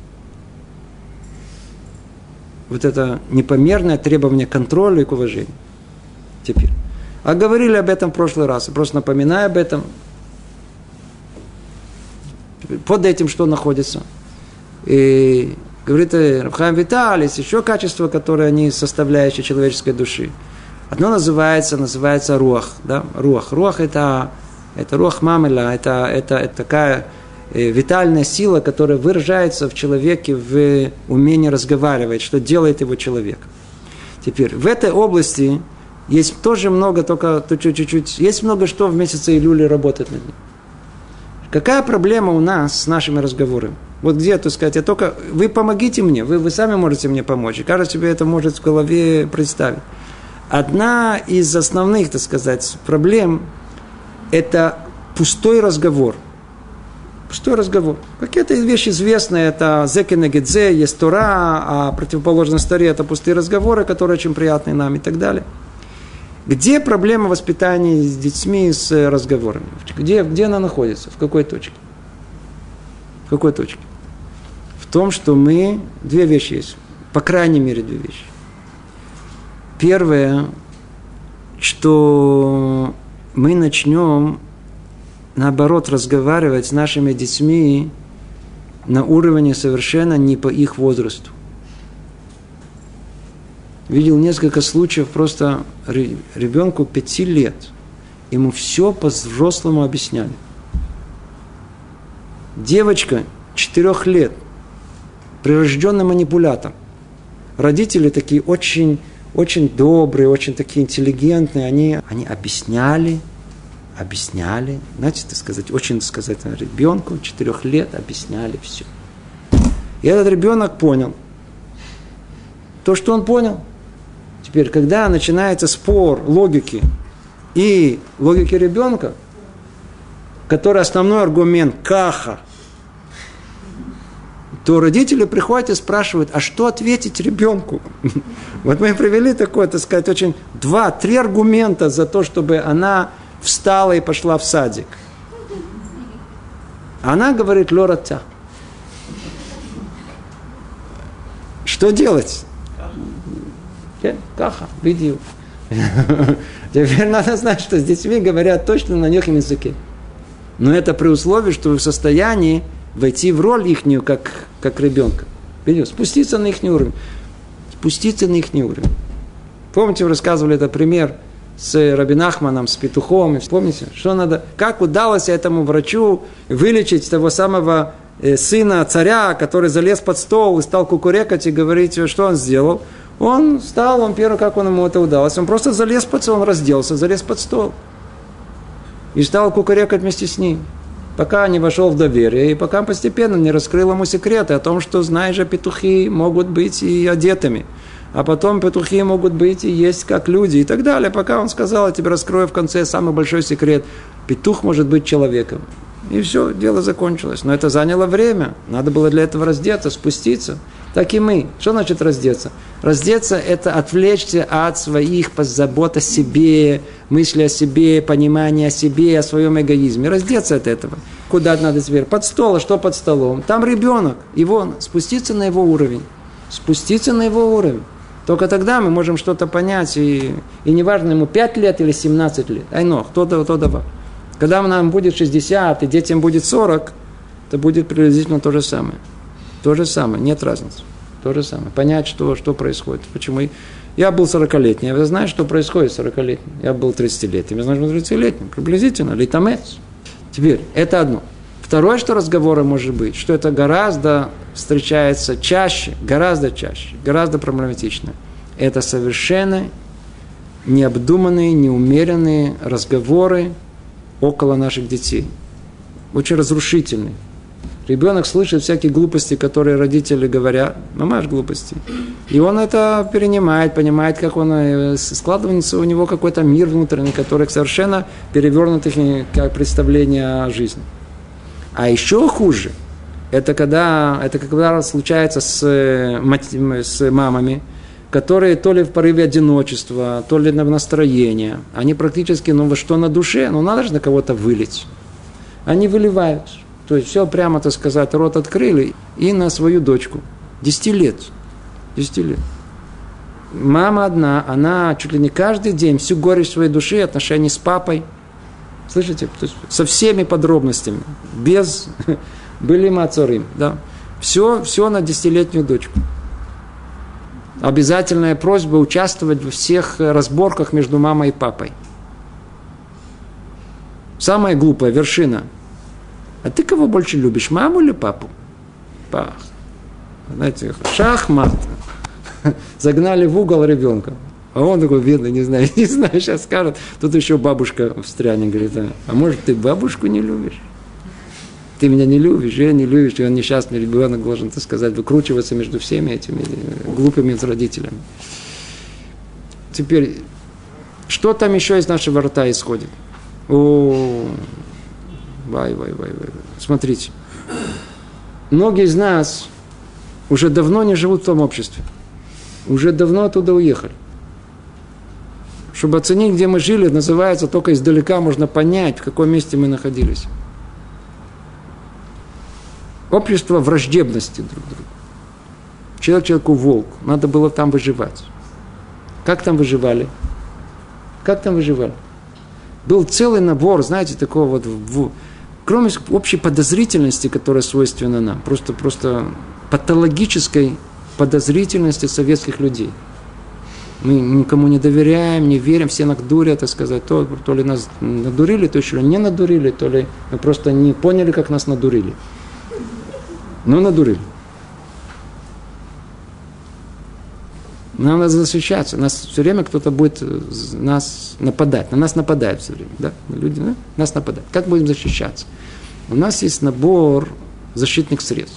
A: вот это непомерное требование контроля и к уважению. Теперь. А говорили об этом в прошлый раз. Просто напоминаю об этом. Под этим что находится? И говорит Рав Хаим Виталь, есть еще качества, которые они составляющие человеческой души. Одно называется, называется руах. Да? Руах. Руах это, это руах мамеля, это, это, это такая э, витальная сила, которая выражается в человеке в умении разговаривать, что делает его человеком. Теперь, в этой области есть тоже много, только чуть-чуть, есть много что в месяце Илюля работает над ним. Какая проблема у нас с нашими разговорами? Вот где, так сказать, я только, вы помогите мне, вы, вы сами можете мне помочь. И каждый себе это может в голове представить. Одна из основных, так сказать, проблем – это пустой разговор. Пустой разговор. Какие-то вещи известные, это зеки негедзе, есть Тора, а противоположность Торе – это пустые разговоры, которые очень приятны нам и так далее. Где проблема воспитания с детьми, с разговорами? Где, где она находится? В какой точке? В какой точке? В том, что мы... Две вещи есть. По крайней мере, две вещи. Первое, что мы начнем, наоборот, разговаривать с нашими детьми на уровне совершенно не по их возрасту. Видел несколько случаев, просто ребенку пяти лет, ему все по-взрослому объясняли. Девочка четырех лет, прирожденный манипулятор. Родители такие очень, очень добрые, очень такие интеллигентные, они, они объясняли, объясняли, знаете, так сказать, очень, так сказать, ребенку четырех лет объясняли все. И этот ребенок понял то, что он понял. Теперь, когда начинается спор логики и логики ребенка, который основной аргумент каха, то родители приходят и спрашивают, а что ответить ребенку? Вот мы привели такое, так сказать, очень два-три аргумента за то, чтобы она встала и пошла в садик. Она говорит лората. Что делать? Каха, видео. Теперь надо знать, что с детьми говорят точно на них языке. Но это при условии, что вы в состоянии войти в роль ихнюю, как, как ребенка. Видите, спуститься на их уровень. Спуститься на их уровень. Помните, вы рассказывали этот пример с Раби Нахманом, с петухом. Помните, что надо, как удалось этому врачу вылечить того самого сына царя, который залез под стол и стал кукурекать и говорить, что он сделал. Он встал, он первый, как он ему это удалось, он просто залез под стол, он разделся, залез под стол. И стал кукурекать вместе с ним, пока не вошел в доверие, и пока постепенно не раскрыл ему секреты о том, что, знаешь же, петухи могут быть и одетыми, а потом петухи могут быть и есть как люди, и так далее, пока он сказал, я тебе раскрою в конце самый большой секрет, петух может быть человеком. И все, дело закончилось. Но это заняло время. Надо было для этого раздеться, спуститься. Так и мы. Что значит раздеться? Раздеться – это отвлечься от своих позабот о себе, мысли о себе, понимания о себе, о своем эгоизме. Раздеться от этого. Куда надо теперь? Под стол. А что под столом? Там ребенок. Его, спуститься на его уровень. Спуститься на его уровень. Только тогда мы можем что-то понять. И, и неважно, ему пять лет или семнадцать лет. Айно, кто-то, кто-то. Когда нам будет шестьдесят, и детям будет сорок, это будет приблизительно то же самое. То же самое, нет разницы. То же самое. Понять, что, что происходит. Почему? Я был сорокалетний, я знаю, что происходит сорокалетним. Я был тридцатилетним, я знаю, что тридцатилетним. Приблизительно, литамец. Теперь, это одно. Второе, что разговоры может быть, что это гораздо встречается чаще, гораздо чаще, гораздо проблематично. Это совершенно необдуманные, неумеренные разговоры около наших детей. Очень разрушительный. Ребенок слышит всякие глупости, которые родители говорят. Мамаш глупости. И он это перенимает, понимает, как он... Складывается у него какой-то мир внутренний, который совершенно перевернут их как представление о жизни. А еще хуже, это когда, это когда случается с, с мамами, которые то ли в порыве одиночества, то ли в настроении, они практически, ну, что на душе, ну, надо же на кого-то вылить. Они выливают. То есть, все прямо, так сказать, рот открыли и на свою дочку. Десяти лет. Десяти лет. Мама одна, она чуть ли не каждый день всю горечь своей души, отношения с папой, слышите, то есть, со всеми подробностями, без были мацорим, да. Все, все на десятилетнюю дочку. Обязательная просьба участвовать во всех разборках между мамой и папой. Самая глупая вершина. А ты кого больше любишь, маму или папу? Пах. Знаете, шахмат. Загнали в угол ребенка. А он такой бедный, не знаю, не знаю, сейчас скажет. Тут еще бабушка встрянет, говорит, а может ты бабушку не любишь? Ты меня не любишь, я не любишь, и он несчастный ребенок должен, так сказать, выкручиваться между всеми этими глупыми родителями. Теперь, что там еще из нашего рта исходит? О, вай, вай, вай, вай. Смотрите. Многие из нас уже давно не живут в том обществе. Уже давно оттуда уехали. Чтобы оценить, где мы жили, называется, только издалека можно понять, в каком месте мы находились. Общество враждебности друг другу. Человек человеку волк. Надо было там выживать. Как там выживали? Как там выживали? Был целый набор, знаете, такого вот... В, кроме общей подозрительности, которая свойственна нам. Просто, просто патологической подозрительности советских людей. Мы никому не доверяем, не верим, все надурят, так сказать. То, то ли нас надурили, то еще не надурили, то ли мы просто не поняли, как нас надурили. Но надурили. Нам надо защищаться. Нас все время кто-то будет нас нападать. На нас нападают все время. Да? Люди да? нас нападают. Как будем защищаться? У нас есть набор защитных средств.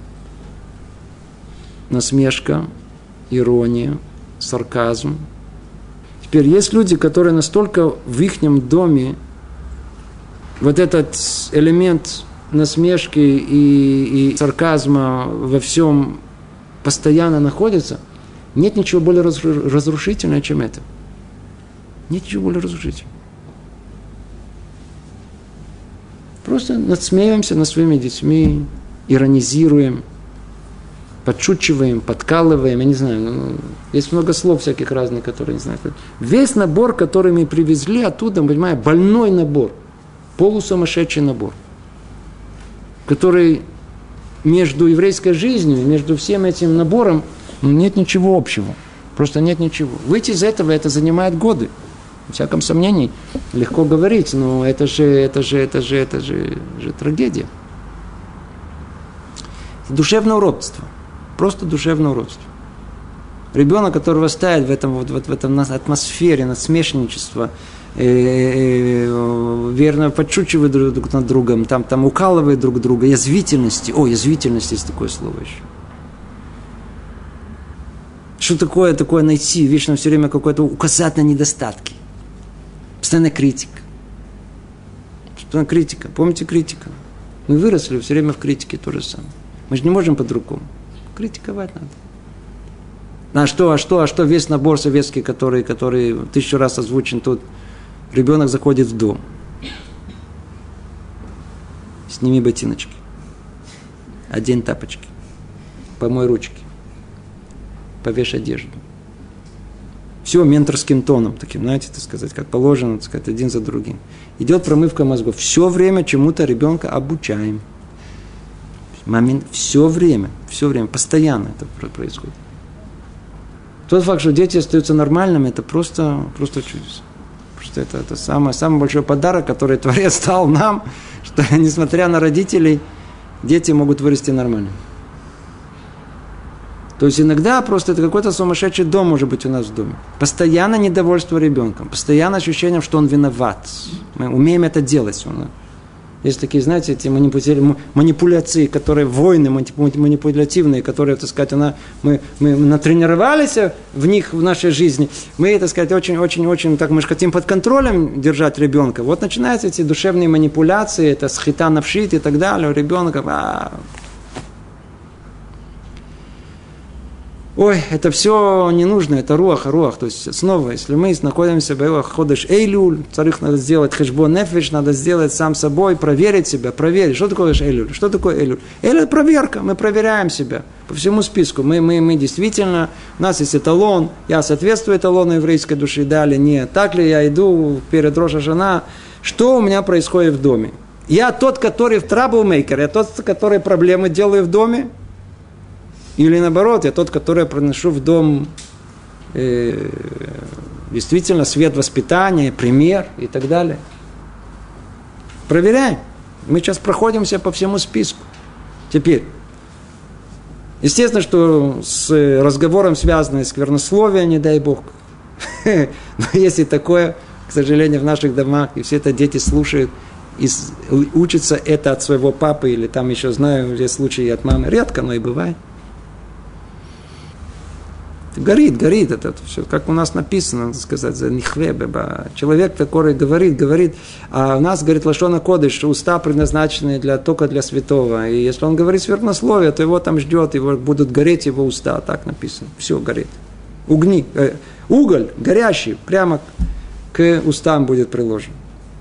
A: Насмешка, ирония, сарказм. Теперь есть люди, которые настолько в их доме вот этот элемент насмешки и, и сарказма во всем постоянно находится, нет ничего более разрушительного, чем это. Нет ничего более разрушительного. Просто надсмеиваемся над своими детьми, иронизируем, подшучиваем, подкалываем, я не знаю, ну, есть много слов всяких разных, которые не знаю. Весь набор, который мы привезли оттуда, понимаете, больной набор, полусумасшедший набор, который между еврейской жизнью, между всем этим набором, ну, нет ничего общего, просто нет ничего. Выйти из этого, это занимает годы. В всяком сомнении, легко говорить, но это же, это же, это же, это же, же трагедия. Душевное уродство. Просто душевное уродство. Ребенок, который вырастает в этом, вот, вот, в этом атмосфере насмешничества, э, э, верно подшучивает друг над другом, там, там укалывает друг друга, язвительности. О, язвительность есть такое слово еще. Что такое, такое найти? Вечно все время какое-то указать на недостатки. Постоянная критика. Постоянная критика. Помните критика? Мы выросли все время в критике то же самое. Мы же не можем по-другому. Критиковать надо. А что, а что, а что весь набор советский, который, который тысячу раз озвучен тут, ребенок заходит в дом. Сними ботиночки. Одень тапочки. Помой ручки. Повесь одежду. Все менторским тоном, таким, знаете, так сказать, как положено, так сказать, один за другим. Идет промывка мозгов. Все время чему-то ребенка обучаем. Момент, все время, все время, постоянно это происходит. Тот факт, что дети остаются нормальными, это просто, просто чудесно. Просто это, это самый, самый большой подарок, который Творец дал нам, что несмотря на родителей, дети могут вырасти нормальными. То есть иногда просто это какой-то сумасшедший дом может быть у нас в доме. Постоянно недовольство ребенком, постоянно ощущение, что он виноват. Мы умеем это делать. Есть такие, знаете, эти манипуляции, которые войны манипулятивные, которые, так сказать, она, мы, мы натренировались в них в нашей жизни. Мы, так сказать, очень-очень-очень, так мы же хотим под контролем держать ребенка. Вот начинаются эти душевные манипуляции, это схита навшит и так далее, у ребенка. А... Ой, это все не нужно, это руах, руах. То есть, снова, если мы находимся в ходеш эйлюль, царих надо сделать хэшбон нефеш, надо сделать сам собой, проверить себя, проверить. Что такое эйлюль? Что такое эйлюль? Эйлюль – проверка, мы проверяем себя по всему списку. Мы, мы, мы действительно, у нас есть эталон, я соответствую эталону еврейской души, да или нет. Так ли я иду перед Рош ха-Шана? Что у меня происходит в доме? Я тот, который в траблмейкер, я тот, который проблемы делаю в доме? Или наоборот, я тот, который приношу в дом э, действительно свет воспитания, пример и так далее. Проверяем. Мы сейчас проходимся по всему списку. Теперь, естественно, что с разговором связано сквернословие, не дай Бог. Но если такое, к сожалению, в наших домах, и все это дети слушают, и учатся это от своего папы, или там еще знаю, есть случаи от мамы, редко, но и бывает. Горит, горит это все, как у нас написано, надо сказать, за нихвебеба. Человек, который говорит, говорит, а у нас, говорит, лашон а-кодеш, что уста предназначены для, только для святого. И если он говорит сверхнословие, то его там ждет, его будут гореть его уста, так написано. Все горит. Угни, э, уголь горящий прямо к устам будет приложен.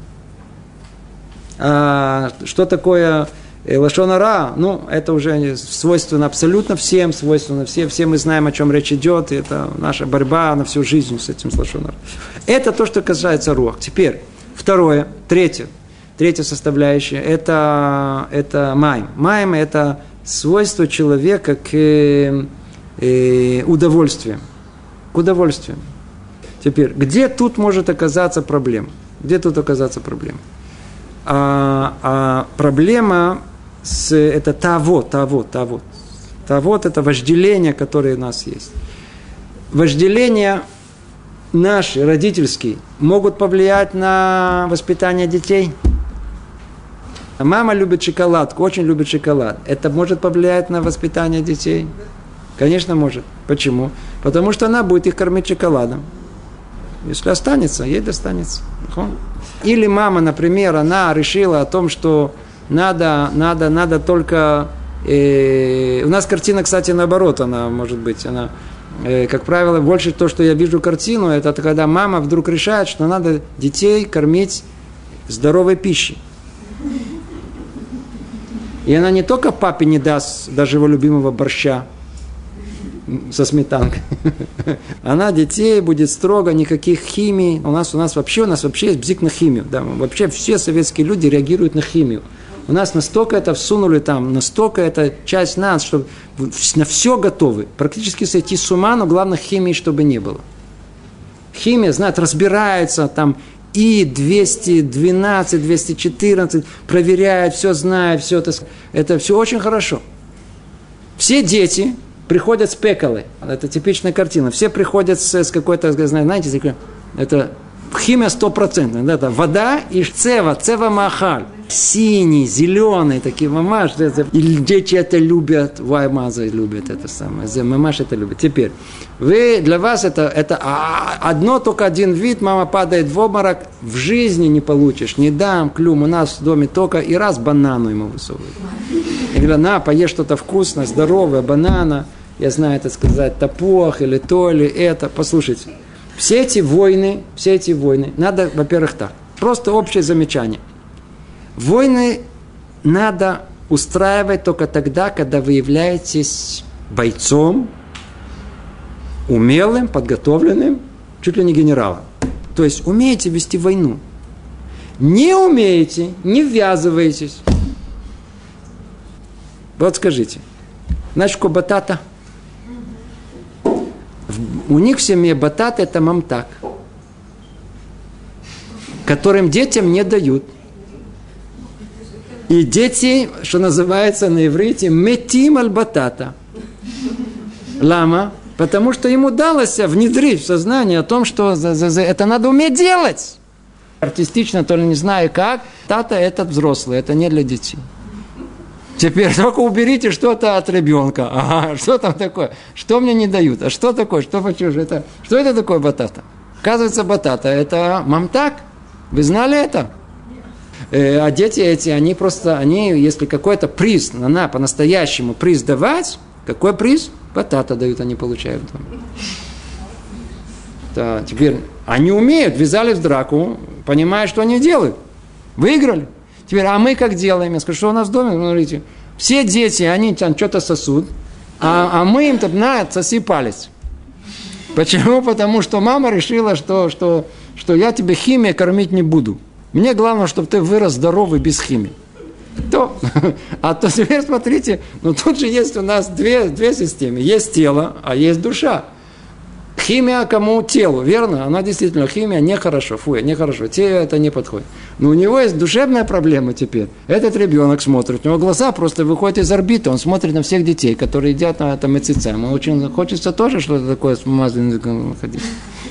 A: А что такое лашон ара? Ну, это уже свойственно абсолютно всем, свойственно всем. Все мы знаем, о чем речь идет. И это наша борьба на всю жизнь с этим лашон ара. Это то, что касается руах. Теперь, второе, третье. Третья составляющая, это, это майм. Майм – это свойство человека к э, удовольствию. К удовольствию. Теперь, где тут может оказаться проблема? Где тут оказаться проблема? А, а проблема с, это того, того, того. Того – это вожделение, которое у нас есть. Вожделение наши, родительские, могут повлиять на воспитание детей. Мама любит шоколадку, очень любит шоколад. Это может повлиять на воспитание детей? Конечно, может. Почему? Потому что она будет их кормить шоколадом. Если останется, ей достанется. Или мама, например, она решила о том, что надо, надо, надо только... Э, у нас картина, кстати, наоборот, она может быть, она, э, как правило, больше то, что я вижу картину, это когда мама вдруг решает, что надо детей кормить здоровой пищей. И она не только папе не даст даже его любимого борща со сметанкой. Она детей будет строго, никаких химий. У нас, у нас вообще, у нас вообще есть бзик на химию. Да, вообще все советские люди реагируют на химию. У нас настолько это всунули там, настолько это часть нас, что на все готовы. Практически сойти с ума, но главное химии, чтобы не было. Химия, знает, разбирается там и двести двенадцать, двести четырнадцать, проверяет, все знает, все это. Это все очень хорошо. Все дети приходят с пекалы. Это типичная картина. Все приходят с, с какой-то, знаете, это химия стопроцентная. Да, это вода и цева, цева махаль. Синий, зеленый, такие мамаш. И дети это любят. Ваймаза любят это самое. Мамаш это любит. Теперь, вы, для вас это, это одно, только один вид. Мама падает в обморок. В жизни не получишь. Не дам, клюм. У нас в доме только и раз банану ему высовывают. Я говорю, на, поешь что-то вкусное, здоровое, банана. Я знаю, это сказать, тапуах или то, или это. Послушайте. Все эти войны, все эти войны, надо, во-первых, так. Просто общее замечание. Войны надо устраивать только тогда, когда вы являетесь бойцом, умелым, подготовленным, чуть ли не генералом. То есть умеете вести войну. Не умеете, не ввязываетесь. Вот скажите, значит, что батата? У них в семье батата – это мамтак, которым детям не дают. И дети, что называется на иврите, метим аль-батата. Лама? Потому что ему далось внедрить в сознание о том, что это надо уметь делать. Артистично, то ли не знаю как, тата – это взрослый, это не для детей. Теперь только уберите что-то от ребенка. Ага, что там такое? Что мне не дают? А что такое? Что хочу? Это, что это такое батата? Оказывается, батата – это мамтак. Вы знали это? Э, а дети эти, они просто, они, если какой-то приз, на по-настоящему приз давать, какой приз? Батата дают, они получают. Да, теперь они умеют, ввязались в драку, понимая, что они делают. Выиграли. Теперь, а мы как делаем? Я скажу, что у нас в доме, смотрите, все дети, они там что-то сосут, а, а мы им там, на, соси палец. Почему? Потому что мама решила, что, что, что я тебе химией кормить не буду. Мне главное, чтобы ты вырос здоровый без химии. То, а то теперь смотрите, ну тут же есть у нас две, две системы. Есть тело, а есть душа. Химия кому? Телу, верно? Она действительно, химия нехорошо, фу, нехорошо, телу это не подходит. Но у него есть душевная проблема теперь. Этот ребенок смотрит, у него глаза просто выходят из орбиты, он смотрит на всех детей, которые едят на этом мецеце. Ему очень хочется тоже что-то такое с помазанным языком ходить.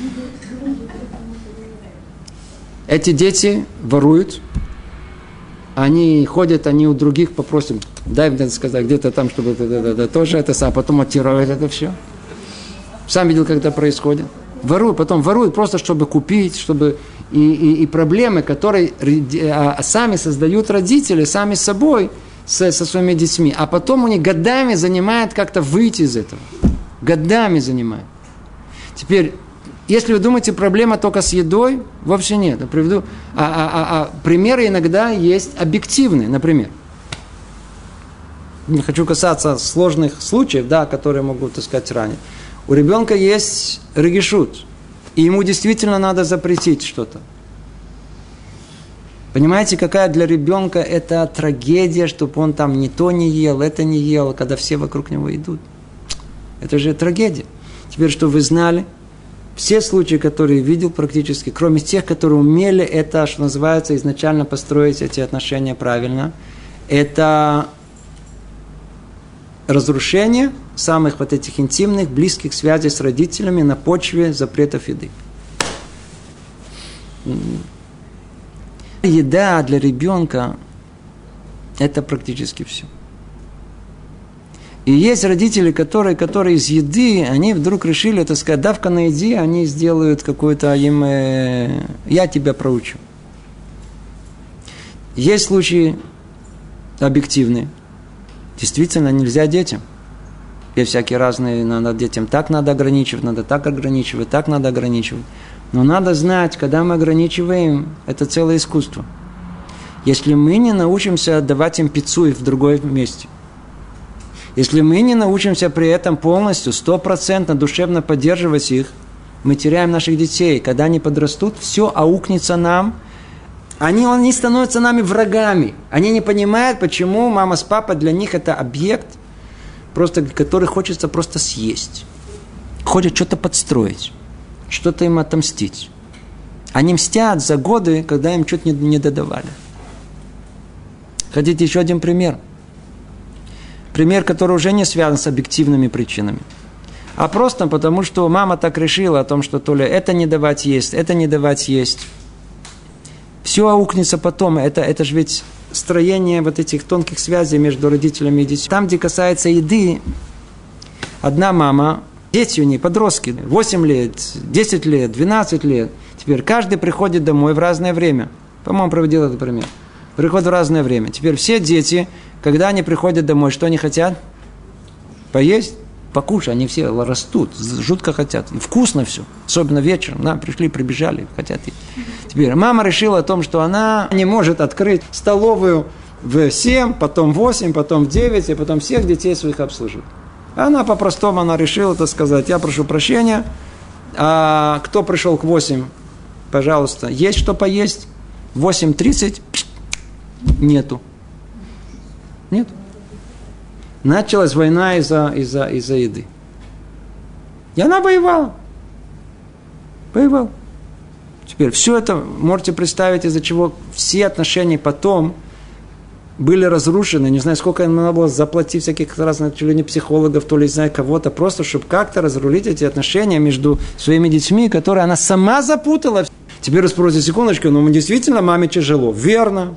A: Эти дети воруют, они ходят, они у других попросят, дай мне сказать, где-то там, чтобы это, это, это, тоже это самое, потом оттирают это все. Сам видел, как это происходит. Воруют, потом воруют просто, чтобы купить, чтобы... И, и, и проблемы, которые сами создают родители, сами с собой, со, со своими детьми. А потом у них годами занимает как-то выйти из этого. Годами занимает. Теперь, если вы думаете, проблема только с едой, вовсе нет. Я приведу... А, а, а, а примеры иногда есть объективные. Например, не хочу касаться сложных случаев, да, которые могут, так сказать, ранить. У ребенка есть регишут, и ему действительно надо запретить что-то. Понимаете, какая для ребенка это трагедия, чтобы он там не то не ел, это не ел, когда все вокруг него идут. Это же трагедия. Теперь, что вы знали, все случаи, которые видел практически, кроме тех, которые умели это, что называется, изначально построить эти отношения правильно, это разрушение самых вот этих интимных, близких связей с родителями на почве запретов еды. Еда для ребенка – это практически все. И есть родители, которые, которые из еды, они вдруг решили, так сказать, давка на еде, они сделают какую-то им, э, я тебя проучу. Есть случаи объективные. Действительно, нельзя детям. Есть всякие разные, надо детям так надо ограничивать, надо так ограничивать, так надо ограничивать. Но надо знать, когда мы ограничиваем, это целое искусство. Если мы не научимся отдавать им пиццу в другом месте, если мы не научимся при этом полностью, стопроцентно душевно поддерживать их, мы теряем наших детей. Когда они подрастут, все аукнется нам. Они, они становятся нами врагами. Они не понимают, почему мама с папой для них это объект, просто, который хочется просто съесть. Хочет что-то подстроить, что-то им отомстить. Они мстят за годы, когда им что-то не, не додавали. Хотите еще один пример? Пример, который уже не связан с объективными причинами. А просто потому, что мама так решила о том, что то ли это не давать есть, это не давать есть. Все аукнется потом. Это, это же ведь строение вот этих тонких связей между родителями и детьми. Там, где касается еды, одна мама, дети у нее, подростки, восемь лет, десять лет, двенадцать лет. Теперь каждый приходит домой в разное время. По-моему, проводил этот пример. Приходят в разное время. Теперь все дети, когда они приходят домой, что они хотят? Поесть, покушать. Они все растут, жутко хотят. И вкусно все. Особенно вечером. Да, пришли, прибежали, хотят есть. Теперь мама решила о том, что она не может открыть столовую в семь, потом в восемь, потом в девять, и потом всех детей своих обслуживать. Она по-простому, она решила, так сказать, я прошу прощения, а кто пришел к восемь, пожалуйста, есть что поесть? В восемь тридцать нету. Нет. Началась война из-за, из-за, из-за еды. И она воевала. Воевала. Теперь все это можете представить, из-за чего все отношения потом были разрушены. Не знаю, сколько им надо было заплатить всяких разных чуть ли не психологов, то ли не знаю кого-то, просто чтобы как-то разрулить эти отношения между своими детьми, которые она сама запутала. Теперь вы спросите, секундочку, ну действительно маме тяжело. Верно.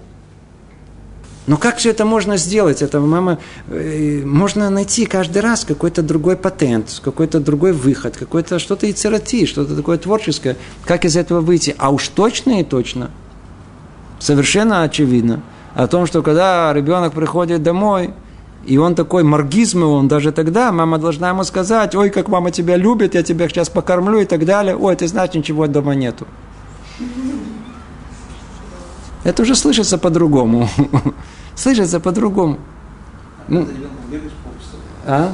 A: Но как все это можно сделать? Это мама, э, можно найти каждый раз какой-то другой патент, какой-то другой выход, какой-то что-то яцерати, что-то такое творческое. Как из этого выйти? А уж точно и точно, совершенно очевидно, о том, что когда ребенок приходит домой, и он такой маргизм, он даже тогда, мама должна ему сказать, ой, как мама тебя любит, я тебя сейчас покормлю и так далее. Ой, ты знаешь, ничего дома нету. Это уже слышится по-другому. Слышится по-другому. Ну, а?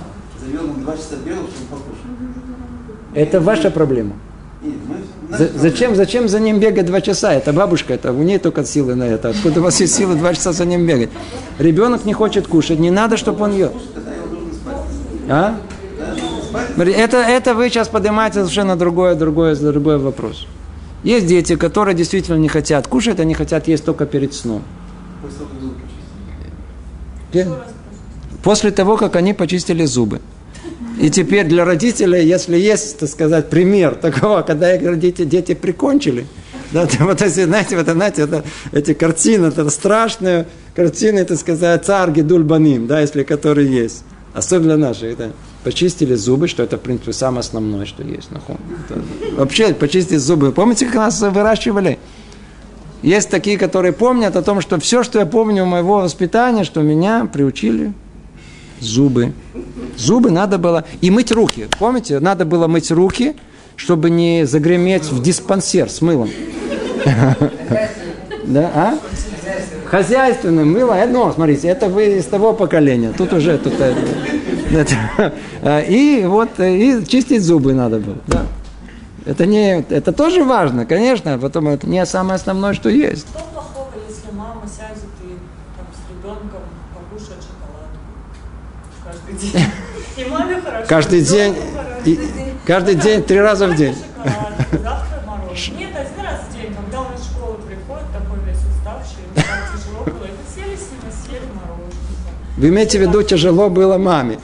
A: Это ваша проблема. Зачем, зачем за ним бегать два часа? Это бабушка, это у нее только силы на это. Откуда у вас есть силы два часа за ним бегать? Ребенок не хочет кушать, не надо, чтобы он ел. А? Это, это вы сейчас поднимаете совершенно другой, другой, другой вопрос. Есть дети, которые действительно не хотят кушать, они хотят есть только перед сном. После того, как они почистили зубы. И теперь для родителей, если есть, так сказать, пример такого, когда дети, дети прикончили, да, вот эти, знаете, вот, знаете, это, эти картины, это страшные картины, так сказать, царь Гидуль Баним, да, если которые есть. Особенно наши, это почистили зубы, что это, в принципе, самое основное, что есть. Это, вообще, почистить зубы. Помните, как нас выращивали? Есть такие, которые помнят о том, что все, что я помню моего воспитания, что меня приучили зубы. Зубы надо было... И мыть руки. Помните? Надо было мыть руки, чтобы не загреметь в диспансер с мылом. Да, а? Хозяйственное мыло. Ну, смотрите, это вы из того поколения. Тут уже... Тут, это, и вот и чистить зубы надо было. Да. Это, не, это тоже важно, конечно. Потом это не самое основное, что есть.
C: Что плохого, если мама сядет и там, с ребенком покушает шоколадку каждый день? И маме хорошо.
A: Каждый день. И, каждый день, три раза в день.
C: Завтра мороз. Нет, один раз в день, когда он из школы приходит, такой весь уставший, ему так тяжело было, и мы сели с ним и съели мороженое.
A: Вы имеете в виду, тяжело было маме?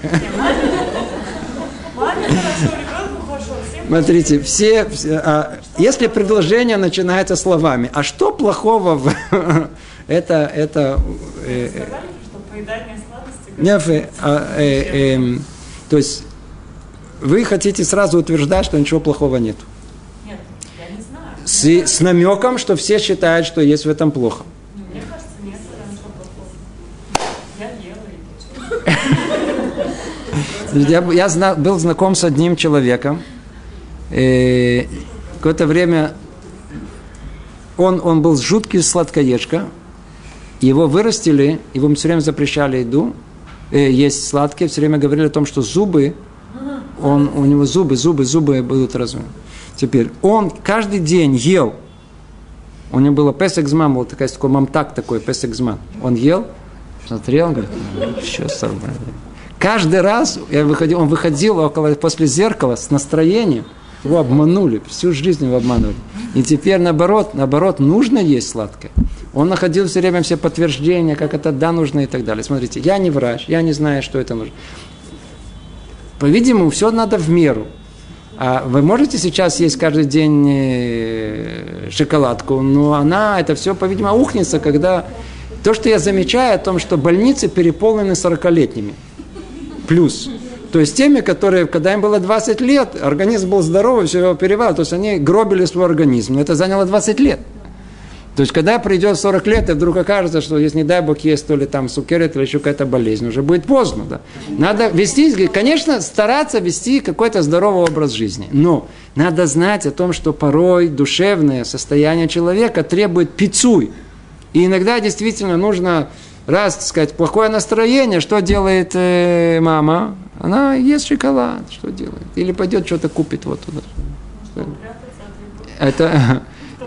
C: Маме хорошо, ребенку хорошо, всем.
A: Смотрите, все, все а, если предложение начинается словами, а что плохого в это, это э,
C: Сказали, что поедание сладости...
A: Не, а, э, э, то есть вы хотите сразу утверждать, что ничего плохого нет.
C: Нет, я не знаю.
A: С, с намеком, что все считают, что есть в этом плохо.
C: Мне кажется, нет ничего плохого. Я ела и ничего.
A: Я, я зна, был знаком с одним человеком. Э, какое-то время он, он был жуткий сладкоежка. Его вырастили, его все время запрещали еду, э, есть сладкие, все время говорили о том, что зубы, он, у него зубы, зубы, зубы будут развиты. Теперь, он каждый день ел, у него было песекзман, был такой, такой мамтак такой, песекзман. Он ел, смотрел, говорит, сейчас каждый раз я выходил, он выходил около, после зеркала с настроением, его обманули, всю жизнь его обманули. И теперь наоборот, наоборот, нужно есть сладкое. Он находил все время все подтверждения, как это да, нужно и так далее. Смотрите, я не врач, я не знаю, что это нужно. По-видимому, все надо в меру. А вы можете сейчас есть каждый день шоколадку, но она, это все, по-видимому, ухнется, когда... То, что я замечаю, о том, что больницы переполнены сорокалетними. Плюс. То есть теми, которые, когда им было двадцать лет, организм был здоровый, все его перевал, то есть они гробили свой организм. Но это заняло двадцать лет. То есть, когда придет сорок лет, и вдруг окажется, что если, не дай Бог, есть то ли там сукерет, или еще какая-то болезнь, уже будет поздно. Да? Надо вести, конечно, стараться вести какой-то здоровый образ жизни. Но надо знать о том, что порой душевное состояние человека требует пиццуй. И иногда действительно нужно, раз, так сказать, плохое настроение, что делает э, мама? Она ест шоколад, что делает? Или пойдет что-то купит вот туда. Это...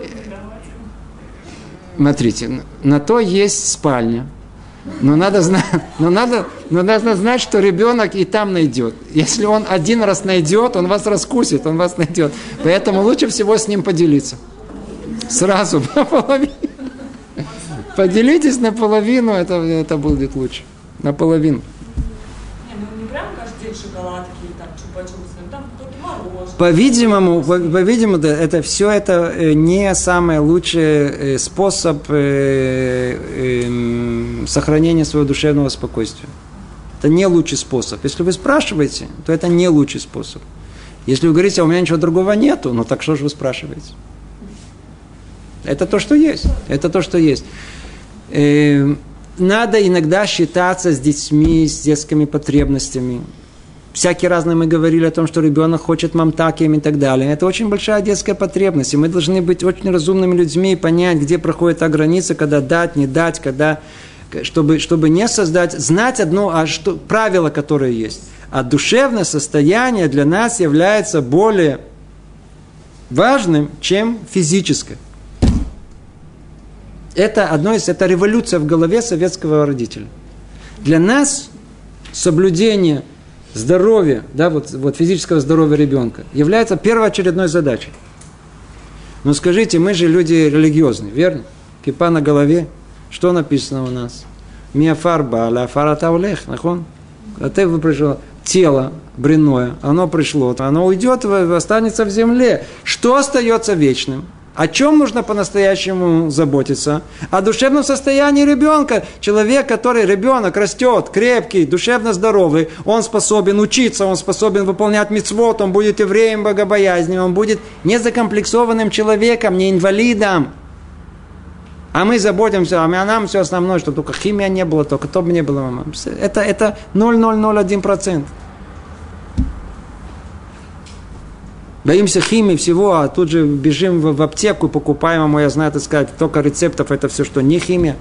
A: Смотрите, на то есть спальня. Но надо, знать, но, надо, но надо знать, что ребенок и там найдет. Если он один раз найдет, он вас раскусит, он вас найдет. Поэтому лучше всего с ним поделиться. Сразу наполовину. Поделитесь наполовину, это, это будет лучше. Наполовину.
C: Не, ну не прям каждый день шоколадки, там, чупа-чупсы, там кто-то мороженое.
A: По-видимому, по-видимому, да, это все это не самый лучший способ сохранения своего душевного спокойствия. Это не лучший способ. Если вы спрашиваете, то это не лучший способ. Если вы говорите, а у меня ничего другого нету, ну так что же вы спрашиваете? Это то, что есть. Это то, что есть. Надо иногда считаться с детьми, с детскими потребностями. Всякие разные мы говорили о том, что ребенок хочет мамтакием и так далее. Это очень большая детская потребность. И мы должны быть очень разумными людьми и понять, где проходит та граница, когда дать, не дать, когда, чтобы, чтобы не создать, знать одно, а что, правило, которое есть. А душевное состояние для нас является более важным, чем физическое. Это одно из, это революция в голове советского родителя. Для нас соблюдение здоровья, да, вот, вот физического здоровья ребенка является первоочередной задачей. Но скажите, мы же люди религиозные, верно? Кипа на голове. Что написано у нас? Миафар бааля афара таулех, нахон? А ты пришло тело бренное, оно пришло, оно уйдет, останется в земле. Что остается вечным? О чем нужно по-настоящему заботиться? О душевном состоянии ребенка. Человек, который, ребенок, растет, крепкий, душевно здоровый, он способен учиться, он способен выполнять мицвот, он будет евреем богобоязненным, он будет незакомплексованным человеком, не инвалидом. А мы заботимся, а нам все основное, чтобы только химия не было, только то бы не было. Мама. Это, это ноль целых ноль ноль один процент. Боимся химии всего, а тут же бежим в, в аптеку, покупаем, ему, я знаю, так сказать, только рецептов, это все что, не химия.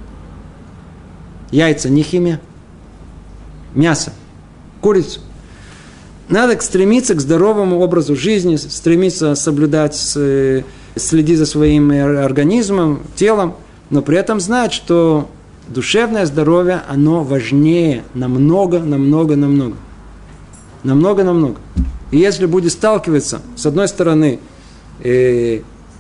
A: Яйца, не химия. Мясо, курицу. Надо стремиться к здоровому образу жизни, стремиться соблюдать, следить за своим организмом, телом, но при этом знать, что душевное здоровье, оно важнее намного, намного, намного. Намного, намного. И если будет сталкиваться, с одной стороны, э,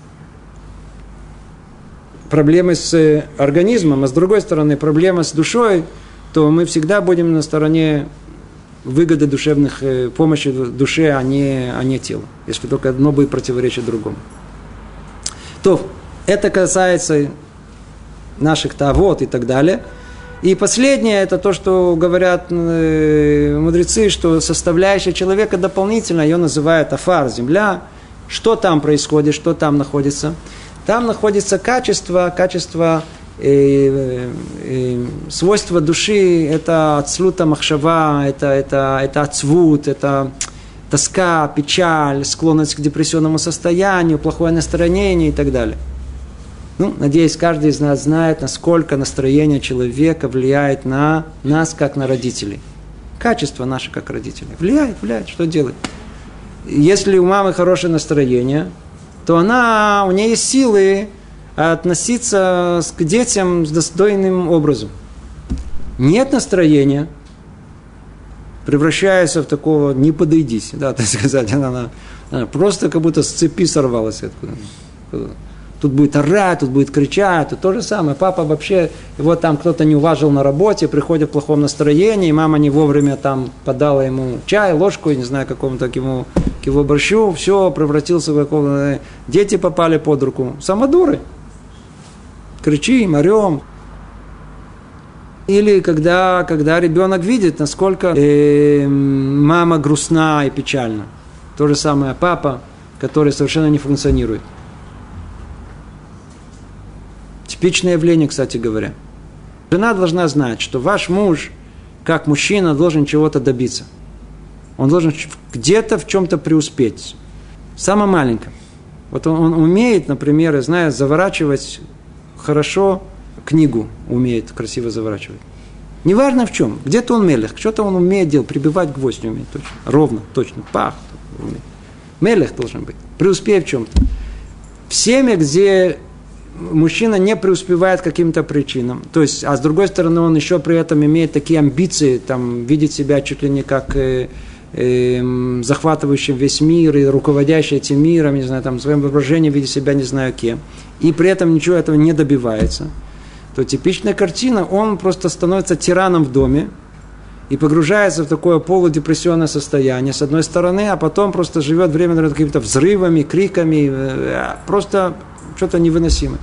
A: проблемы с организмом, а с другой стороны, проблемы с душой, то мы всегда будем на стороне выгоды душевных, э, помощи душе, а не, а не телу. Если только одно будет противоречить другому. То это касается наших тавот и так далее. И последнее, это то, что говорят э, мудрецы, что составляющая человека дополнительно, ее называют афар, земля. Что там происходит, что там находится? Там находится качество, качество, э, э, свойства души, это ацлута махшава, это, это, это ацвут, это тоска, печаль, склонность к депрессионному состоянию, плохое настроение и так далее. Ну, надеюсь, каждый из нас знает, насколько настроение человека влияет на нас, как на родителей. Качество наше, как родителей. Влияет, влияет. Что делать? Если у мамы хорошее настроение, то она, у нее есть силы относиться к детям с достойным образом. Нет настроения, превращается в такого «не подойдись», да, так сказать, она, она, она просто как будто с цепи сорвалась откуда. Тут будет орать, тут будет кричать, тут то же самое. Папа вообще, его там кто-то не уважил на работе, приходит в плохом настроении, и мама не вовремя там подала ему чай, ложку, не знаю, какому-то к его, к его борщу, все, превратился в какого-то... Дети попали под руку. Самодуры. Кричим, орем. Или когда, когда ребенок видит, насколько э, мама грустна и печальна. То же самое папа, который совершенно не функционирует. Типичное явление, кстати говоря. Жена должна знать, что ваш муж, как мужчина, должен чего-то добиться. Он должен где-то в чем-то преуспеть. Самое маленькое. Вот он, он умеет, например, знаю, заворачивать хорошо книгу, умеет красиво заворачивать. Неважно в чем. Где-то он мелех, что-то он умеет делать, прибивать гвоздь не умеет точно. Ровно, точно. Пах. Умеет. Мелех должен быть. Преуспей в чем-то. В семье, где мужчина не преуспевает каким-то причинам. То есть, а с другой стороны, он еще при этом имеет такие амбиции, там, видеть себя чуть ли не как э, э, захватывающим весь мир и руководящим этим миром, не знаю, там, в своем воображении видеть себя не знаю кем, и при этом ничего этого не добивается, то типичная картина, он просто становится тираном в доме и погружается в такое полудепрессионное состояние, с одной стороны, а потом просто живет временно какими-то взрывами, криками, э, просто что-то невыносимое.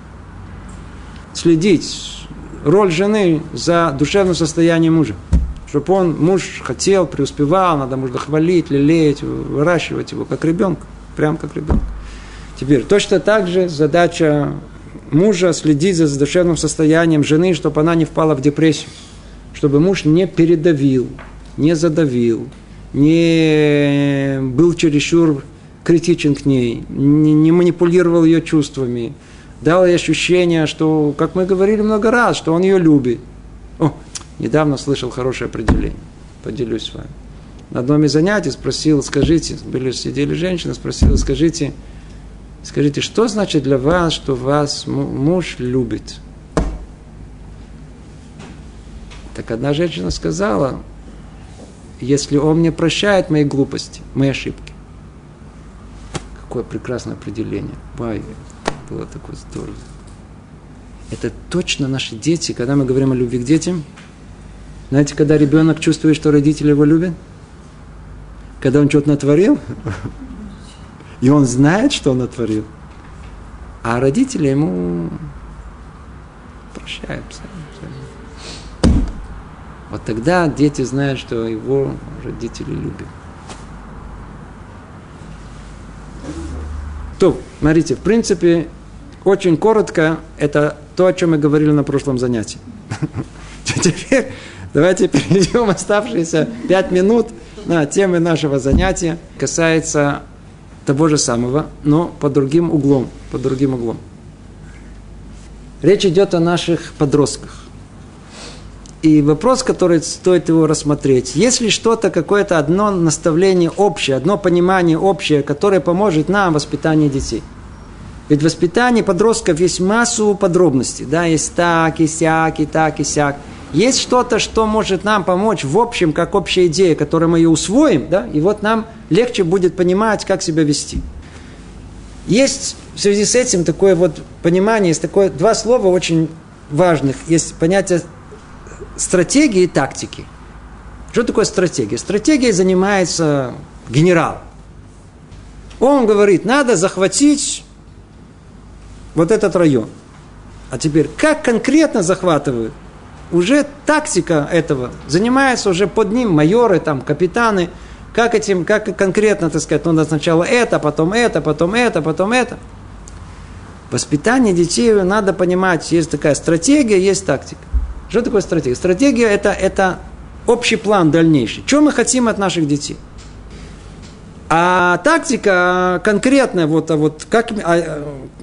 A: Следить. Роль жены за душевным состоянием мужа. Чтобы он, муж хотел, преуспевал, надо мужа хвалить, лелеять, выращивать его, как ребенка. Прям как ребенка. Теперь, точно так же задача мужа следить за душевным состоянием жены, чтобы она не впала в депрессию. Чтобы муж не передавил, не задавил, не был чересчур критичен к ней, не, не манипулировал ее чувствами, дал ей ощущение, что, как мы говорили много раз, что он ее любит. О, недавно слышал хорошее определение, поделюсь с вами. На одном из занятий спросил, скажите, были сидели женщины, спросила, скажите, скажите, что значит для вас, что вас муж любит? Так одна женщина сказала, если он мне прощает мои глупости, мои ошибки. Какое прекрасное определение. Вай, было такое здорово. Это точно наши дети, когда мы говорим о любви к детям. Знаете, когда ребенок чувствует, что родители его любят? Когда он что-то натворил, и он знает, что он натворил, а родители ему прощают. Вот тогда дети знают, что его родители любят. То, смотрите, в принципе, очень коротко, это то, о чем мы говорили на прошлом занятии. Теперь давайте перейдем оставшиеся пять минут на темы нашего занятия. Касается того же самого, но под другим углом. Под другим углом. Речь идет о наших подростках. И вопрос, который стоит его рассмотреть, есть ли что-то, какое-то одно наставление общее, одно понимание общее, которое поможет нам в воспитании детей. Ведь в воспитании подростков есть массу подробностей, да, есть так, и сяк, и так, и сяк. Есть что-то, что может нам помочь в общем, как общая идея, которую мы ее усвоим, да, и вот нам легче будет понимать, как себя вести. Есть в связи с этим такое вот понимание, есть такое два слова очень важных, есть понятие стратегии и тактики. Что такое стратегия? Стратегией занимается генерал. Он говорит, надо захватить вот этот район. А теперь, как конкретно захватывают? Уже тактика этого занимается уже под ним майоры, там, капитаны. Как этим, как конкретно, так сказать, надо сначала это, потом это, потом это, потом это. Воспитание детей надо понимать, есть такая стратегия, есть тактика. Что такое стратегия? Стратегия это, – это общий план дальнейший. Что мы хотим от наших детей? А тактика конкретная, вот, вот как, а,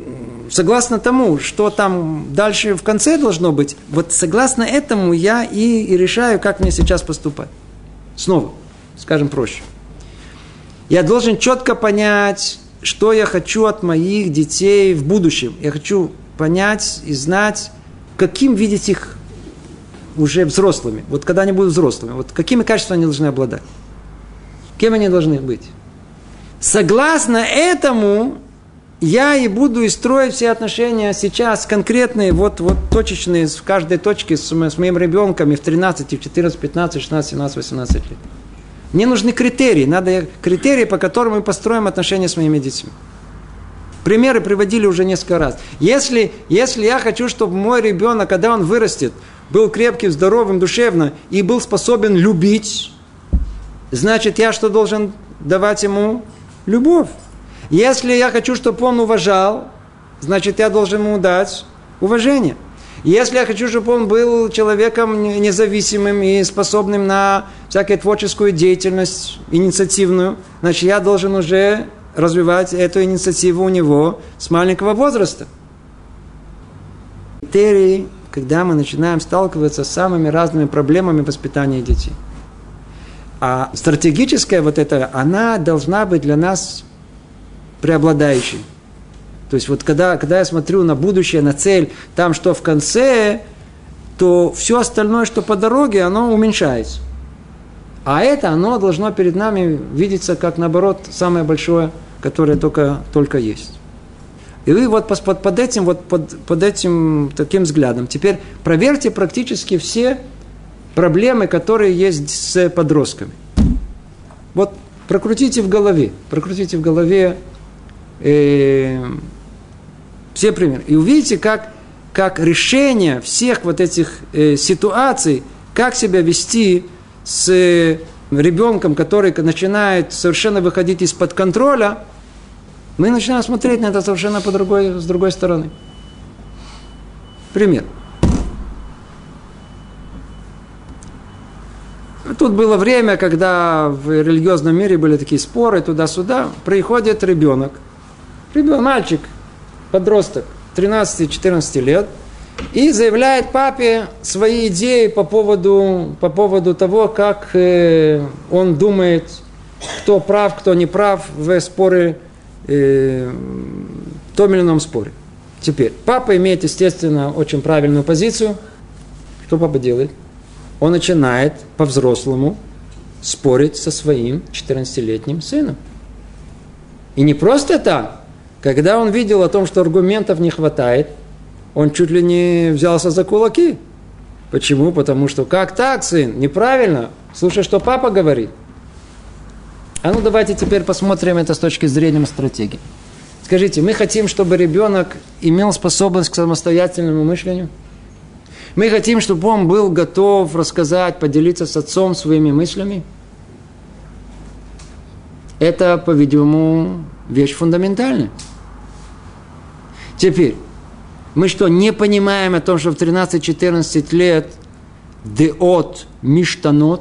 A: согласно тому, что там дальше в конце должно быть, вот согласно этому я и, и решаю, как мне сейчас поступать. Снова, скажем проще. Я должен четко понять, что я хочу от моих детей в будущем. Я хочу понять и знать, каким видеть их уже взрослыми. Вот когда они будут взрослыми, вот какими качествами они должны обладать. Кем они должны быть. Согласно этому, я и буду и строить все отношения сейчас конкретные, вот, вот точечные, в каждой точке с, с моим ребенком и в тринадцать, в четырнадцать, пятнадцать, шестнадцать, семнадцать, восемнадцать лет. Мне нужны критерии, надо критерии, по которым мы построим отношения с моими детьми. Примеры приводили уже несколько раз. Если, если я хочу, чтобы мой ребенок, когда он вырастет, был крепким, здоровым, душевно и был способен любить, значит, я что должен давать ему? Любовь. Если я хочу, чтобы он уважал, значит, я должен ему дать уважение. Если я хочу, чтобы он был человеком независимым и способным на всякую творческую деятельность, инициативную, значит, я должен уже развивать эту инициативу у него с маленького возраста. Критерии, когда мы начинаем сталкиваться с самыми разными проблемами воспитания детей. А стратегическая вот эта, она должна быть для нас преобладающей. То есть вот когда, когда я смотрю на будущее, на цель, там что в конце, то все остальное, что по дороге, оно уменьшается. А это, оно должно перед нами видеться как, наоборот, самое большое, которое только, только есть. И вы вот под, под этим, вот под, под этим таким взглядом теперь проверьте практически все проблемы, которые есть с подростками. Вот прокрутите в голове, прокрутите в голове э, все примеры. И увидите, как, как решение всех вот этих э, ситуаций, как себя вести с э, ребенком, который начинает совершенно выходить из-под контроля, мы начинаем смотреть на это совершенно по другой, с другой стороны. Пример. Тут было время, когда в религиозном мире были такие споры туда-сюда. Приходит ребенок, ребенок, мальчик, подросток, тринадцать-четырнадцать лет, и заявляет папе свои идеи по поводу, по поводу того, как э, он думает, кто прав, кто не прав в споре, э, в том или ином споре. Теперь, папа имеет, естественно, очень правильную позицию. Что папа делает? Он начинает по-взрослому спорить со своим четырнадцатилетним сыном. И не просто так. Когда он видел о том, что аргументов не хватает, он чуть ли не взялся за кулаки. Почему? Потому что как так, сын? Неправильно. Слушай, что папа говорит. А ну давайте теперь посмотрим это с точки зрения стратегии. Скажите, мы хотим, чтобы ребенок имел способность к самостоятельному мышлению? Мы хотим, чтобы он был готов рассказать, поделиться с отцом своими мыслями? Это, по-видимому, вещь фундаментальная. Теперь, мы что, не понимаем о том, что в тринадцать-четырнадцать лет деот миштанот,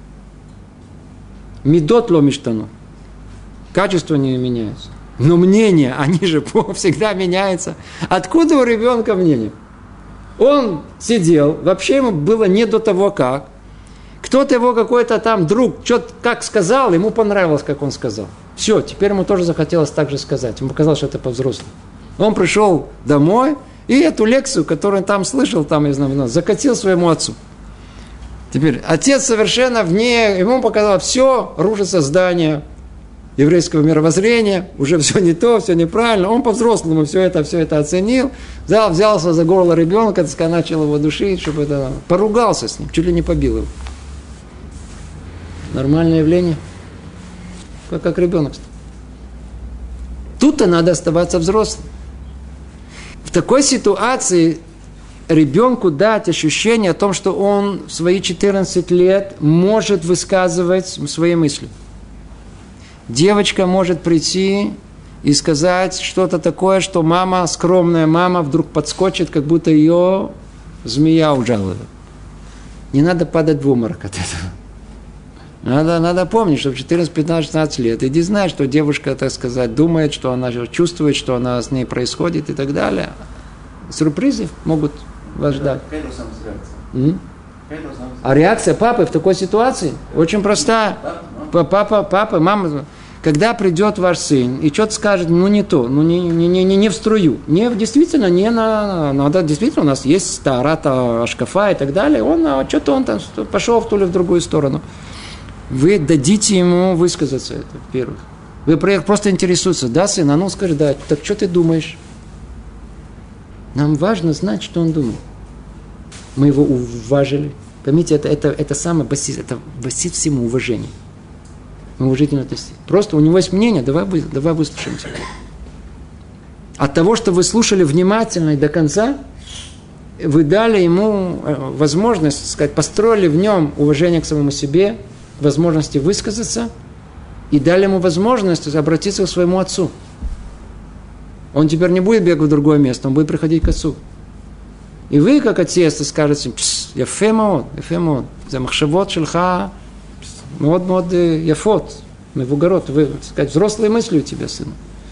A: мидот ло миштанот, качество не меняется, но мнения, они же всегда меняются. Откуда у ребенка мнение? Он сидел, вообще ему было не до того как. Кто-то его какой-то там друг, что-то как сказал, ему понравилось, как он сказал. Все, теперь ему тоже захотелось так же сказать. Ему показалось, что это по-взрослому. Он пришел домой и эту лекцию, которую он там слышал, там, я знаю, закатил своему отцу. Теперь отец совершенно вне, ему показалось, все, рушится здание еврейского мировоззрения, уже все не то, все неправильно. Он по-взрослому все это, все это оценил, взял, взялся за горло ребенка, так сказать, начал его душить, чтобы это... Поругался с ним, чуть ли не побил его. Нормальное явление. Как, как ребенок. Тут-то надо оставаться взрослым. В такой ситуации ребенку дать ощущение о том, что он в свои четырнадцать лет может высказывать свои мысли. Девочка может прийти и сказать что-то такое, что мама, скромная мама, вдруг подскочит, как будто ее змея ужалила. Не надо падать в обморок от этого. Надо, надо помнить, что в четырнадцать, пятнадцать, шестнадцать лет иди знай, что девушка, так сказать, думает, что она чувствует, что она с ней происходит и так далее. Сюрпризы могут вас ждать.
B: Какая должна быть реакция?
A: М?
B: Какая должна быть
A: А реакция папы в такой ситуации очень простая. Папа, папа, мама, когда придет ваш сын и что-то скажет, ну не то, ну не, не, не, не в струю, не, действительно, не на, надо, действительно, у нас есть тарата, ашкафа и так далее, он, а что-то он там пошел в ту или в другую сторону. Вы дадите ему высказаться, это, во-первых. Вы просто интересуетесь, да, сын? А ну скажи, да, так что ты думаешь? Нам важно знать, что он думает. Мы его уважили. Поймите, это, это, это самое басит, это басит всему уважение. Мы уважительно относимся. Просто у него есть мнение, давай, давай выслушаем тебя. От того, что вы слушали внимательно и до конца, вы дали ему возможность, так сказать, построили в нем уважение к самому себе, возможности высказаться, и дали ему возможность обратиться к своему отцу. Он теперь не будет бегать в другое место, он будет приходить к отцу. И вы, как отец, скажете, яфе маод, яфе маод, за махшавот шельха, мод мод яфот, мевугарот, вы, так сказать, взрослые мысли у тебя, сын.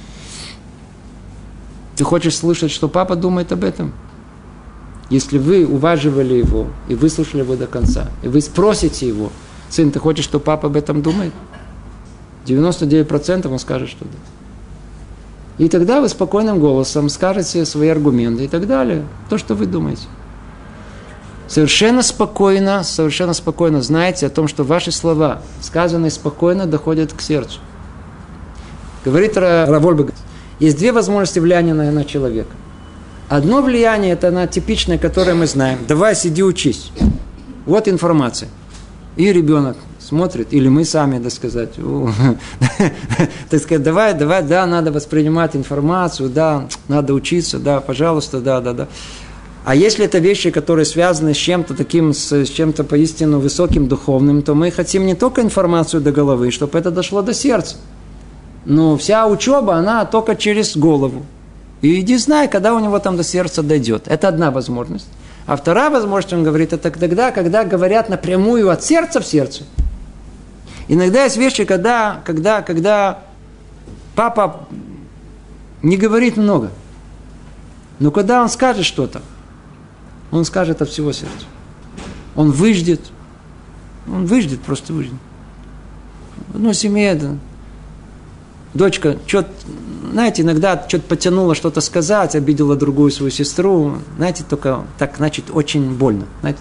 A: Ты хочешь слышать, что папа думает об этом? Если вы уваживали его, и выслушали его до конца, и вы спросите его, сын, ты хочешь, что папа об этом думает? девяносто девять процентов он скажет, что да. И тогда вы спокойным голосом скажете свои аргументы и так далее. То, что вы думаете. Совершенно спокойно, совершенно спокойно знаете о том, что ваши слова, сказанные спокойно, доходят к сердцу. Говорит Рав Вольбе, есть две возможности влияния на, на человека. Одно влияние, это на типичное, которое мы знаем. Давай, сиди, учись. Вот информация. И ребенок смотрит, или мы сами, так сказать, так сказать, давай, давай, да, надо воспринимать информацию, да, надо учиться, да, пожалуйста, да, да, да. А если это вещи, которые связаны с чем-то таким, с чем-то поистину высоким духовным, то мы хотим не только информацию до головы, чтобы это дошло до сердца. Но вся учеба, она только через голову. И иди знай, когда у него там до сердца дойдет. Это одна возможность. А вторая возможность, он говорит, это тогда, когда говорят напрямую от сердца в сердце. Иногда есть вещи, когда, когда, когда папа не говорит много. Но когда он скажет что-то, он скажет от всего сердца. Он выждет. Он выждет, просто выждет. Ну, семья, да. Дочка, что-то, знаете, иногда что-то потянула что-то сказать, обидела другую свою сестру. Знаете, только так, значит, очень больно. Знаете?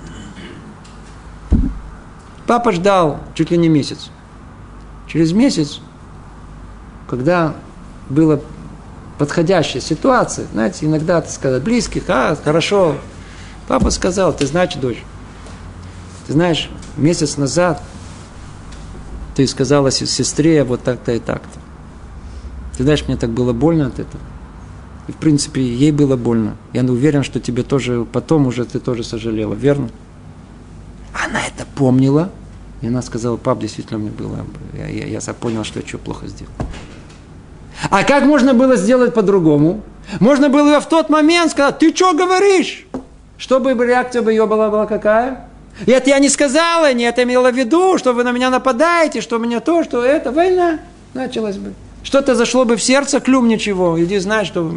A: Папа ждал чуть ли не месяц. Через месяц, когда была подходящая ситуация, знаете, иногда, так сказать, близких, а, хорошо. Папа сказал, ты знаешь, дочь, ты знаешь, месяц назад ты сказала сестре вот так-то и так-то. Ты знаешь, мне так было больно от этого. И, в принципе, ей было больно. Я уверен, что тебе тоже, потом уже ты тоже сожалела, верно? Она это помнила. И она сказала, пап, действительно мне было, я, я, я понял, что я что плохо сделал. А как можно было сделать по-другому? Можно было в тот момент сказать, ты что говоришь? Чтобы реакция бы ее была, была какая? И это я не сказала, не это имела в виду, что вы на меня нападаете, что у меня то, что это, война началась бы. Что-то зашло бы в сердце, клюм ничего, иди знай, что...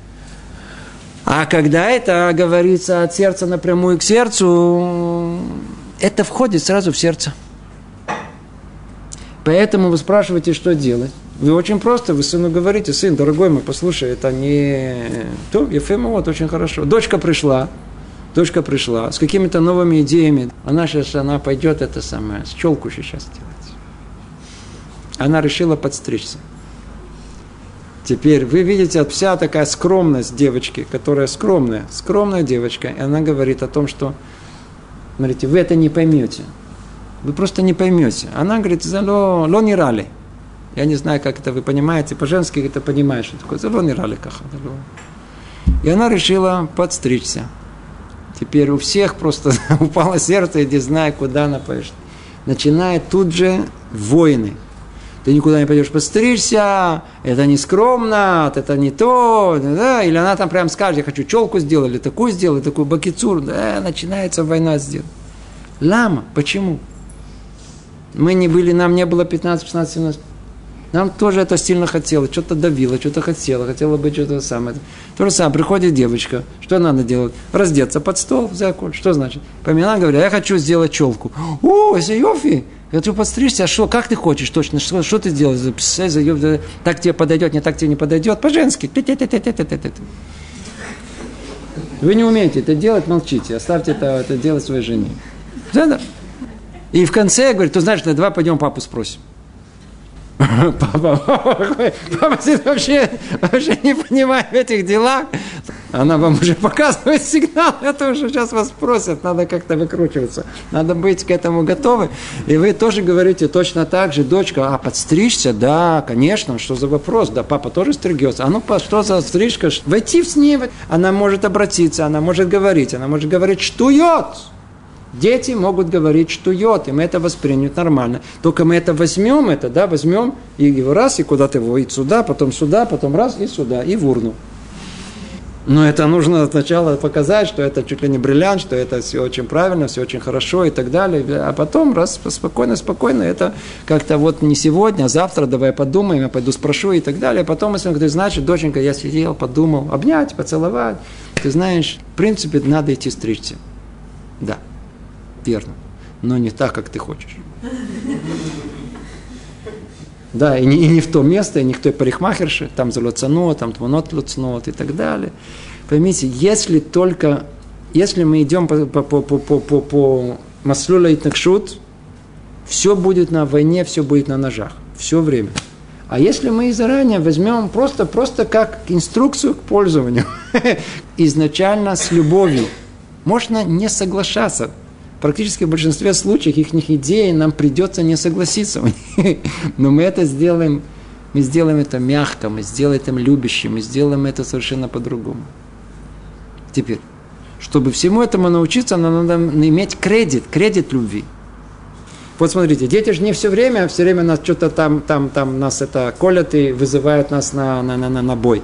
A: А когда это говорится от сердца напрямую к сердцу, это входит сразу в сердце. Поэтому вы спрашиваете, что делать. Вы очень просто, вы сыну говорите, сын, дорогой мой, послушай, это не... То, Ефема, вот, очень хорошо. Дочка пришла, дочка пришла с какими-то новыми идеями. Она сейчас, она пойдет это самое, с челку сейчас делать. Она решила подстричься. Теперь вы видите, вся такая скромность девочки, которая скромная, скромная девочка, и она говорит о том, что, смотрите, вы это не поймете. Вы просто не поймете. Она говорит, зало, ло не рали. Я не знаю, как это вы понимаете, по-женски это понимаешь, что такое, зало не рали каха. И она решила подстричься. Теперь у всех просто упало сердце, и не знаю, куда она пойдет. Начинает тут же войны. Ты никуда не пойдешь подстричься, это не скромно, это не то, да? Или она там прям скажет, я хочу челку сделать, или такую сделать, такую бакицур, да? Начинается война сделать. Лама, почему? Мы не были, нам не было пятнадцать, шестнадцать, семнадцать. Нам тоже это сильно хотелось, что-то давило, что-то хотело, хотела быть что-то самое. То же самое, приходит девочка, что надо делать? Раздеться под стол, взять коль. Что значит? Помина говорит, я хочу сделать челку. О, это Йофи, я хочу подстричься, а что, как ты хочешь точно, что, что ты делаешь? Так тебе подойдет, не так тебе не подойдет, по-женски. Вы не умеете это делать, молчите, оставьте это, это делать своей жене. Да-да. И в конце говорит, ты знаешь, давай пойдем папу спросим. Папа, папа, папа вообще, вообще не понимает в этих делах. Она вам уже показывает сигнал, это уже сейчас вас просят, надо как-то выкручиваться. Надо быть к этому готовы. И вы тоже говорите точно так же, дочка, а подстричься? Да, конечно, что за вопрос? Да, папа тоже стригется. А ну, что за стрижка? Войти с ней, она может обратиться, она может говорить, она может говорить, штует. Дети могут говорить, что йод, и мы это воспримем нормально. Только мы это возьмем, это, да, возьмем, и его раз, и куда-то его, и сюда, потом сюда, потом раз, и сюда, и в урну. Но это нужно сначала показать, что это чуть ли не бриллиант, что это все очень правильно, все очень хорошо и так далее. А потом, раз, спокойно, спокойно, это как-то вот не сегодня, а завтра, давай подумаем, я пойду спрошу и так далее. Потом, если он говорит, значит, доченька, я сидел, подумал, обнять, поцеловать. Ты знаешь, в принципе, надо идти стричься. Да. Верно, но не так, как ты хочешь. Да, и не, и не в то место, и не в той парикмахерше, там залоцано, там твонот лоцнот и так далее. Поймите, если только, если мы идем по, по, по, по, по, по маслюля итнакшут, все будет на войне, все будет на ножах, все время. А если мы заранее возьмем просто, просто как инструкцию к пользованию, изначально с любовью, можно не соглашаться. Практически в большинстве случаев их идей нам придется не согласиться. Но мы это сделаем, мы сделаем это мягко, мы сделаем это любящим, мы сделаем это совершенно по-другому. Теперь, чтобы всему этому научиться, нам надо иметь кредит, кредит любви. Вот смотрите, дети же не все время, все время нас что-то там, там, там нас это колят и вызывают нас на, на, на, на бой.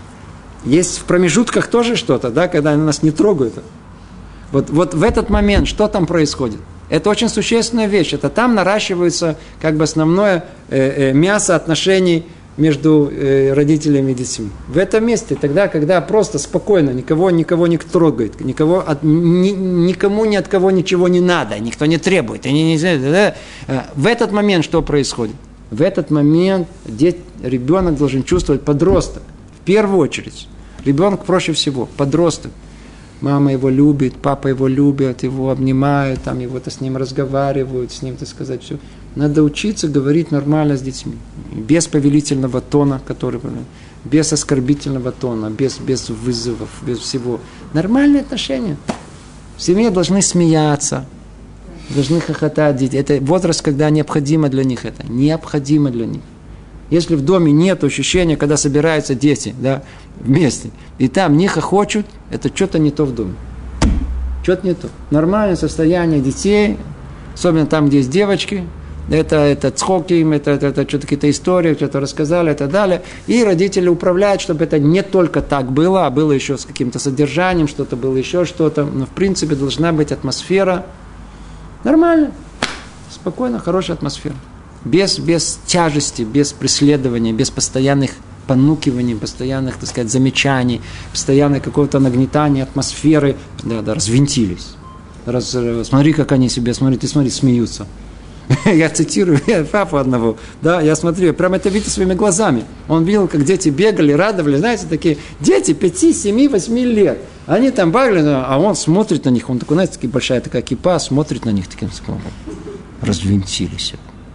A: Есть в промежутках тоже что-то, да, когда они нас не трогают. Вот, вот в этот момент что там происходит? Это очень существенная вещь. Это там наращивается как бы основное э, э, мясо отношений между э, родителями и детьми. В этом месте, тогда, когда просто спокойно, никого, никого не трогает, никого от, ни, никому ни от кого ничего не надо, никто не требует. Они не, да, да. В этот момент что происходит? В этот момент дет, ребенок должен чувствовать подросток. В первую очередь. Ребенок проще всего, подросток. Мама его любит, папа его любит, его обнимают, там его-то с ним разговаривают, с ним, так сказать, все. Надо учиться говорить нормально с детьми, без повелительного тона, который, без оскорбительного тона, без, без вызовов, без всего. Нормальные отношения. В семье должны смеяться, должны хохотать дети. Это возраст, когда необходимо для них это, необходимо для них. Если в доме нет ощущения, когда собираются дети, да, вместе, и там не хохочут, это что-то не то в доме. Что-то не то. Нормальное состояние детей, особенно там, где есть девочки, это, это цхоки, это, это, это что-то какие-то истории, что-то рассказали и так далее. И родители управляют, чтобы это не только так было, а было еще с каким-то содержанием, что-то было еще что-то. Но в принципе должна быть атмосфера нормальная, спокойно, хорошая атмосфера. Без, без тяжести, без преследования, без постоянных понукиваний, постоянных, так сказать, замечаний, постоянного какого-то нагнетания атмосферы. Да, да, развинтились. Раз, смотри, как они себе, смотри, ты смотри, смеются. Я цитирую я папу одного, да, я смотрю, я прямо это видел своими глазами. Он видел, как дети бегали, радовались, знаете, такие дети пяти, семи, восьми лет. Они там бегали, а он смотрит на них, он такой, знаете, такая большая такая кипа, смотрит на них таким способом. Развинтились.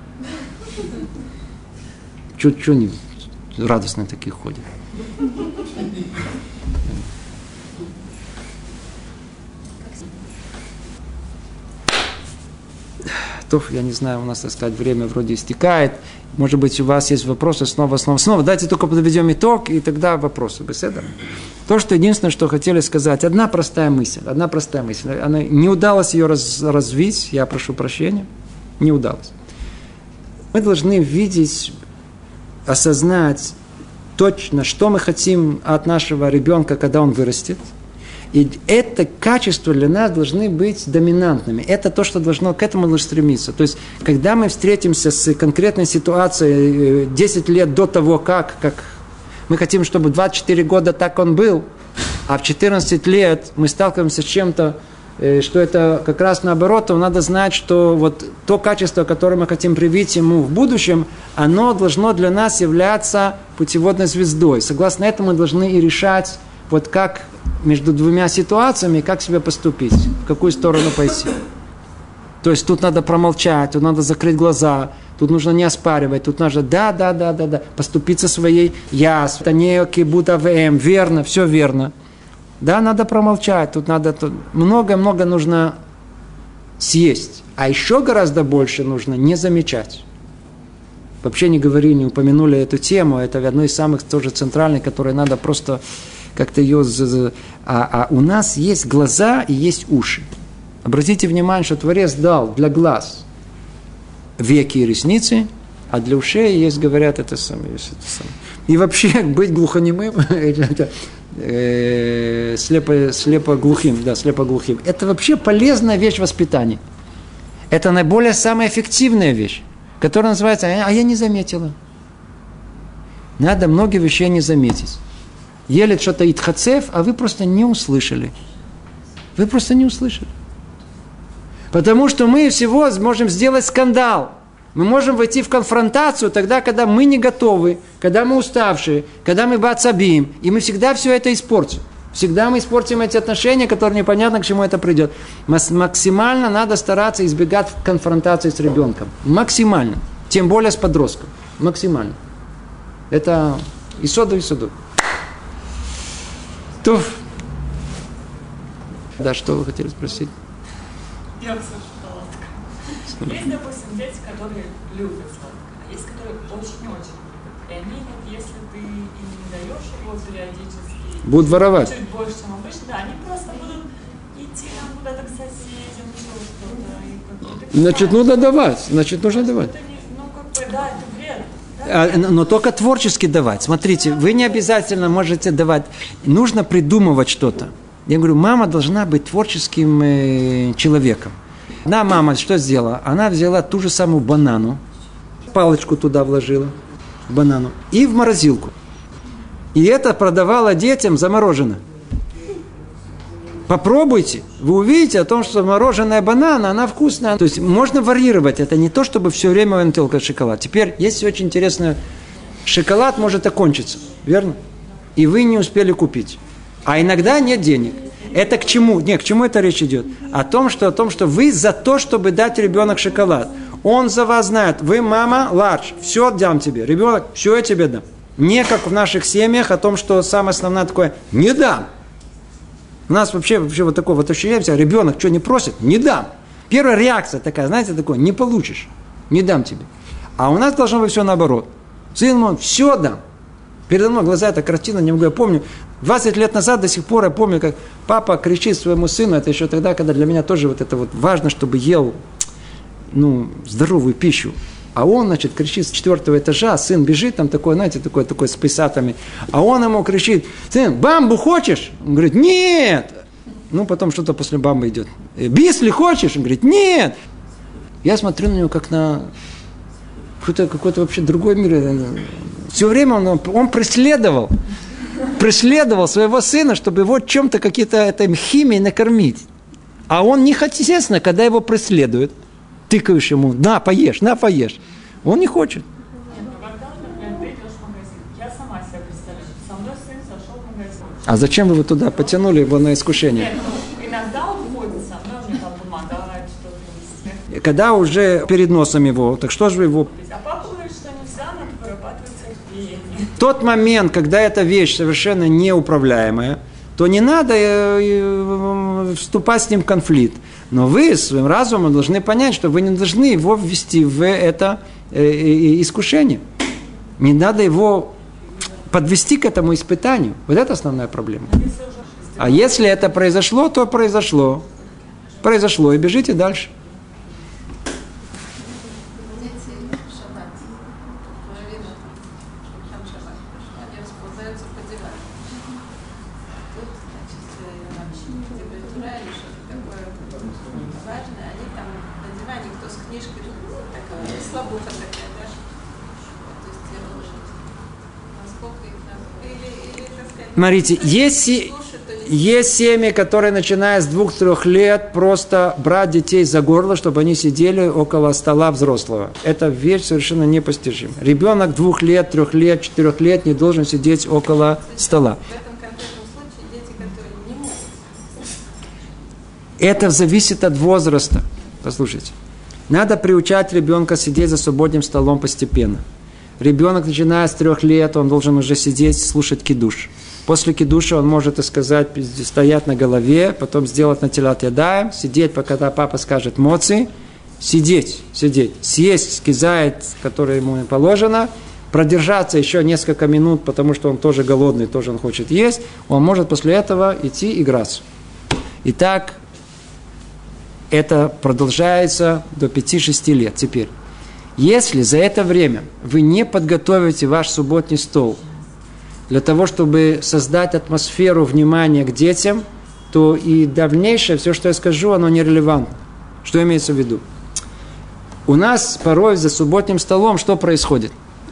A: Что они радостные такие ходят? То, я не знаю, у нас, так сказать, время вроде истекает. Может быть, у вас есть вопросы снова, снова, снова. Давайте только подведем итог, и тогда вопросы. Беседа. То, что единственное, что хотели сказать. Одна простая мысль. Одна простая мысль. Она, не удалось ее раз, развить, я прошу прощения. Не удалось. Мы должны видеть, осознать точно, что мы хотим от нашего ребенка, когда он вырастет. И это качество для нас должны быть доминантными. Это то, что должно, к этому нужно стремиться. То есть, когда мы встретимся с конкретной ситуацией десять лет до того, как, как мы хотим, чтобы двадцать четыре года так он был, а в четырнадцать лет мы сталкиваемся с чем-то, что это как раз наоборот, то надо знать, что вот то качество, которое мы хотим привить ему в будущем, оно должно для нас являться путеводной звездой. Согласно этому мы должны и решать, вот как между двумя ситуациями, как себя поступить, в какую сторону пойти. То есть тут надо промолчать, тут надо закрыть глаза, тут нужно не оспаривать, тут нужно да, да, да, да, да, поступиться своей яс, это не кибута вм, верно, все верно. Да, надо промолчать, тут надо много-много нужно съесть. А еще гораздо больше нужно не замечать. Вообще не говорили, не упомянули эту тему, это одно из самых тоже центральных, которые надо просто как-то ее... А, а у нас есть глаза и есть уши. Обратите внимание, что Творец дал для глаз веки и ресницы, а для ушей есть, говорят, это самое. Это самое. И вообще быть глухонемым, э, слепо, слепоглухим, да, слепоглухим, это вообще полезная вещь в воспитании. Это наиболее самая эффективная вещь, которая называется «а я не заметила». Надо многие вещи не заметить. Еле что-то итхацев, а вы просто не услышали. Вы просто не услышали. Потому что мы всего можем сделать скандал. Мы можем войти в конфронтацию тогда, когда мы не готовы, когда мы уставшие, когда мы бацабим, и мы всегда все это испортим. Всегда мы испортим эти отношения, которые непонятно, к чему это придет. Максимально надо стараться избегать конфронтации с ребенком. Максимально. Тем более с подростком. Максимально. Это и соду, и соду. То... Да, что вы хотели спросить?
C: Я шоколадка. Есть, допустим, дети, которые любят сладкое, а есть, которые очень-очень любят. И они, вот, если ты им не даешь его периодически,
A: будут воровать.
C: Чуть больше, чем обычно, да, они просто будут идти там куда-то к соседям, еще что-то. И,
A: значит, нужно давать. Значит, нужно давать.
C: Это не, ну, как бы, да, это вредно. Да,
A: а, но только творчески давать. Смотрите, вы не обязательно можете давать. Нужно придумывать что-то. Я говорю, мама должна быть творческим э, человеком. Одна мама что сделала? Она взяла ту же самую банану, палочку туда вложила, банану, и в морозилку. И это продавала детям заморожено. Попробуйте, вы увидите о том, что мороженая банана, она вкусная. То есть можно варьировать, это не то, чтобы все время он только шоколад. Теперь есть очень интересно, шоколад может окончиться, верно? И вы не успели купить. А иногда нет денег. Это к чему? Нет, к чему это речь идет? О том, что, о том, что вы за то, чтобы дать ребенку шоколад. Он за вас знает. Вы, мама, ларч, все дам тебе. Ребенок, все я тебе дам. Не как в наших семьях о том, что самое основное такое, не дам. У нас вообще, вообще вот такое вот ощущение, ребенок что не просит, не дам. Первая реакция такая, знаете, такое, не получишь, не дам тебе. А у нас должно быть все наоборот. Сын мой, все дам. Передо мной глаза, эта картина, не могу, я помню, двадцать лет назад до сих пор я помню, как папа кричит своему сыну, это еще тогда, когда для меня тоже вот это вот важно, чтобы ел, ну, здоровую пищу. А он, значит, кричит с четвертого этажа, сын бежит, там такой, знаете, такой, такой с писатами, а он ему кричит, сын, бамбу хочешь? Он говорит, нет. Ну, потом что-то после бамбы идет. Бисли хочешь? Он говорит, нет. Я смотрю на него как на какой-то, какой-то вообще другой мир. Все время он, он преследовал, преследовал своего сына, чтобы его чем-то, какие-то этой химией накормить. А он не хочет, естественно, когда его преследуют, тыкаешь ему, на, поешь, на, поешь. Он не хочет.
C: Нет, ну когда, например, ты идешь в магазин, я сама себе представляю, со мной сын зашел в магазин.
A: А зачем вы его туда потянули его на искушение?
C: Нет, ну, иногда он ходит со мной, он мне там помогает, что-то нести.
A: Когда уже перед носом его, так что же вы его...
C: А папа говорит, что нельзя, надо вырабатывать терпение.
A: В тот момент, когда эта вещь совершенно неуправляемая, то не надо вступать с ним в конфликт. Но вы своим разумом должны понять, что вы не должны его ввести в это искушение. Не надо его подвести к этому испытанию. Вот это основная проблема. А если это произошло, то произошло. Произошло, и бежите дальше.
D: книжка, ну, такая слабуха такая, да? То есть, насколько их надо? Или, или, так сказать,
A: Смотрите, если... Есть семьи, которые, начиная с двух-трех лет, просто брать детей за горло, чтобы они сидели около стола взрослого. Это вещь совершенно непостижима. Ребенок двух лет, трех лет, четырех лет не должен сидеть около стола.
D: В этом конкретном случае дети, которые не могут.
A: Это зависит от возраста. Послушайте. Надо приучать ребенка сидеть за субботним столом постепенно. Ребенок, начиная с трех лет, он должен уже сидеть, слушать кидуш. После кидуша он может, так сказать, стоять на голове, потом сделать на телят ядаем, сидеть, пока папа скажет моци, сидеть, сидеть, съесть кизает, который ему положено, продержаться еще несколько минут, потому что он тоже голодный, тоже он хочет есть, он может после этого идти играться. Итак, это продолжается до пяти-шести лет. Теперь, если за это время вы не подготовите ваш субботний стол для того, чтобы создать атмосферу внимания к детям, то и дальнейшее, все, что я скажу, оно нерелевантно. Что имеется в виду? У нас порой за субботним столом что происходит?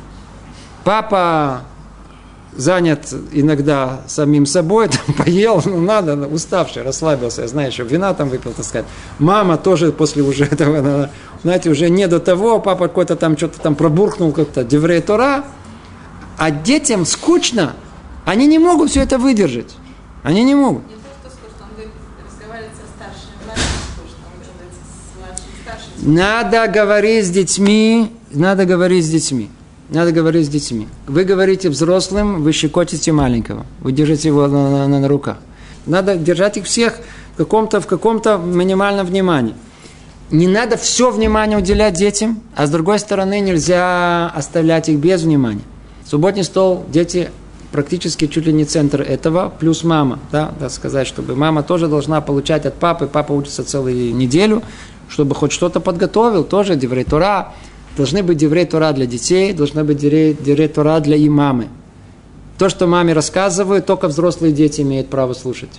A: Папа занят иногда самим собой, там, поел, ну надо, уставший, расслабился, я знаю, еще вина там выпил, так сказать. Мама тоже после уже этого, знаете, уже не до того, папа какой-то там что-то там пробуркнул, как-то деврей Тора. А детям скучно, они не могут все это выдержать. Они не могут.
D: Не то, что скучно, он говорит, разговаривать со старшими, младшим скучно, он говорит, с младшим, старшим.
A: Надо говорить с детьми, надо говорить с детьми. Надо говорить с детьми. Вы говорите взрослым, вы щекотите маленького. Вы держите его на, на, на руках. Надо держать их всех в каком-то, в каком-то минимальном внимании. Не надо все внимание уделять детям, а с другой стороны нельзя оставлять их без внимания. Субботний стол, дети практически чуть ли не центр этого, плюс мама, да, так сказать, чтобы мама тоже должна получать от папы, папа учится целую неделю, чтобы хоть что-то подготовил, тоже деврей Тора, должны быть деврей Тора для детей, должны быть деврей, деврей Тора для имамы. То, что маме рассказывают, только взрослые дети имеют право слушать.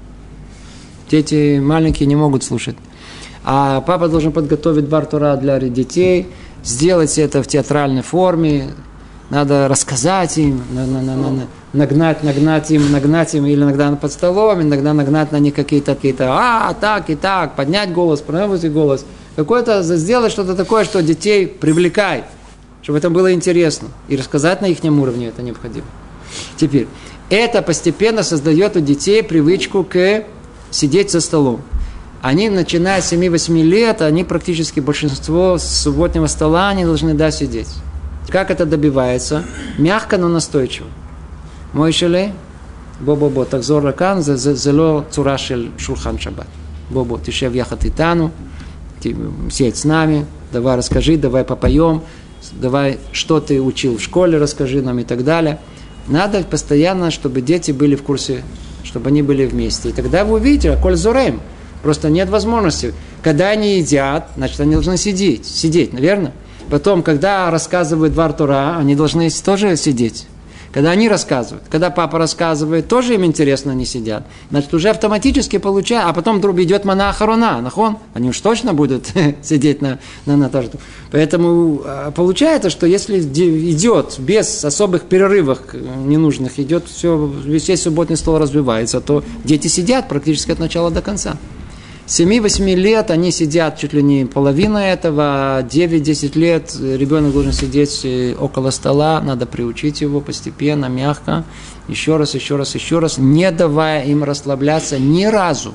A: Дети маленькие не могут слушать. А папа должен подготовить бар Тора для детей, сделать это в театральной форме. Надо рассказать им, на, на, на, на, нагнать, нагнать им, нагнать им, или иногда под столом, иногда нагнать на них какие-то, какие-то, а, так и так, поднять голос, повысить голос. Какое-то, сделать что-то такое, что детей привлекает, чтобы это было интересно. И рассказать на их уровне это необходимо. Теперь, это постепенно создает у детей привычку к сидеть за столом. Они, начиная с семи-восьми лет, они практически большинство с субботнего стола, они должны, да, сидеть. Как это добивается? Мягко, но настойчиво. Мой шелей, бо-бо-бо, тахзор ракан, зело цурашель шулхан шаббат. Бо-бо, тишев яхат итану, сядь с нами, давай расскажи, давай попоем, давай, что ты учил в школе, расскажи нам и так далее. Надо постоянно, чтобы дети были в курсе, чтобы они были вместе. И тогда вы увидите, а коль зореем, просто нет возможности. Когда они едят, значит, они должны сидеть, сидеть, наверное. Потом, когда рассказывают двар Тора, они должны тоже сидеть. Когда они рассказывают, когда папа рассказывает, тоже им интересно, они сидят. Значит, уже автоматически получают, а потом вдруг идет мана ахарона, нахон, они уж точно будут сидеть на, на, на тажду. Поэтому получается, что если идет без особых перерывов ненужных, идет все, весь субботний стол развивается, то дети сидят практически от начала до конца. С семи-восьми лет они сидят чуть ли не половина этого, девять-десять лет ребенок должен сидеть около стола, надо приучить его постепенно, мягко, еще раз, еще раз, еще раз, не давая им расслабляться ни разу.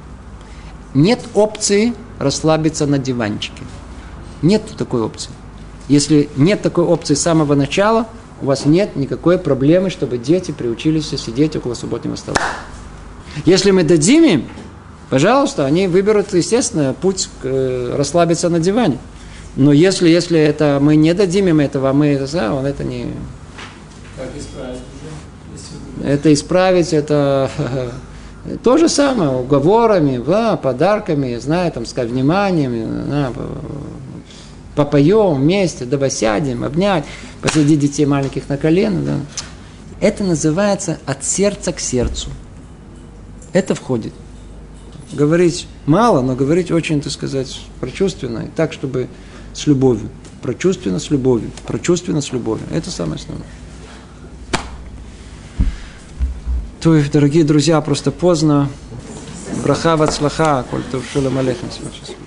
A: Нет опции расслабиться на диванчике. Нет такой опции. Если нет такой опции с самого начала, у вас нет никакой проблемы, чтобы дети приучились сидеть около субботнего стола. Если мы дадим им, пожалуйста, они выберут, естественно, путь к, э, расслабиться на диване. Но если, если это, мы не дадим им этого, мы, да, он это не...
B: Как исправить уже?
A: Это исправить, это то же самое, уговорами, да, подарками, знаю, там, с вниманием, да, попоем вместе, давай сядем, обнять, посадить детей маленьких на колено. Да. Это называется от сердца к сердцу. Это входит. Говорить мало, но говорить очень, так сказать, прочувственно, и так, чтобы с любовью. Прочувственно с любовью. Прочувственно с любовью. Это самое основное. То, дорогие друзья, просто поздно. Браха вацлаха, коль тов шалом алейхем.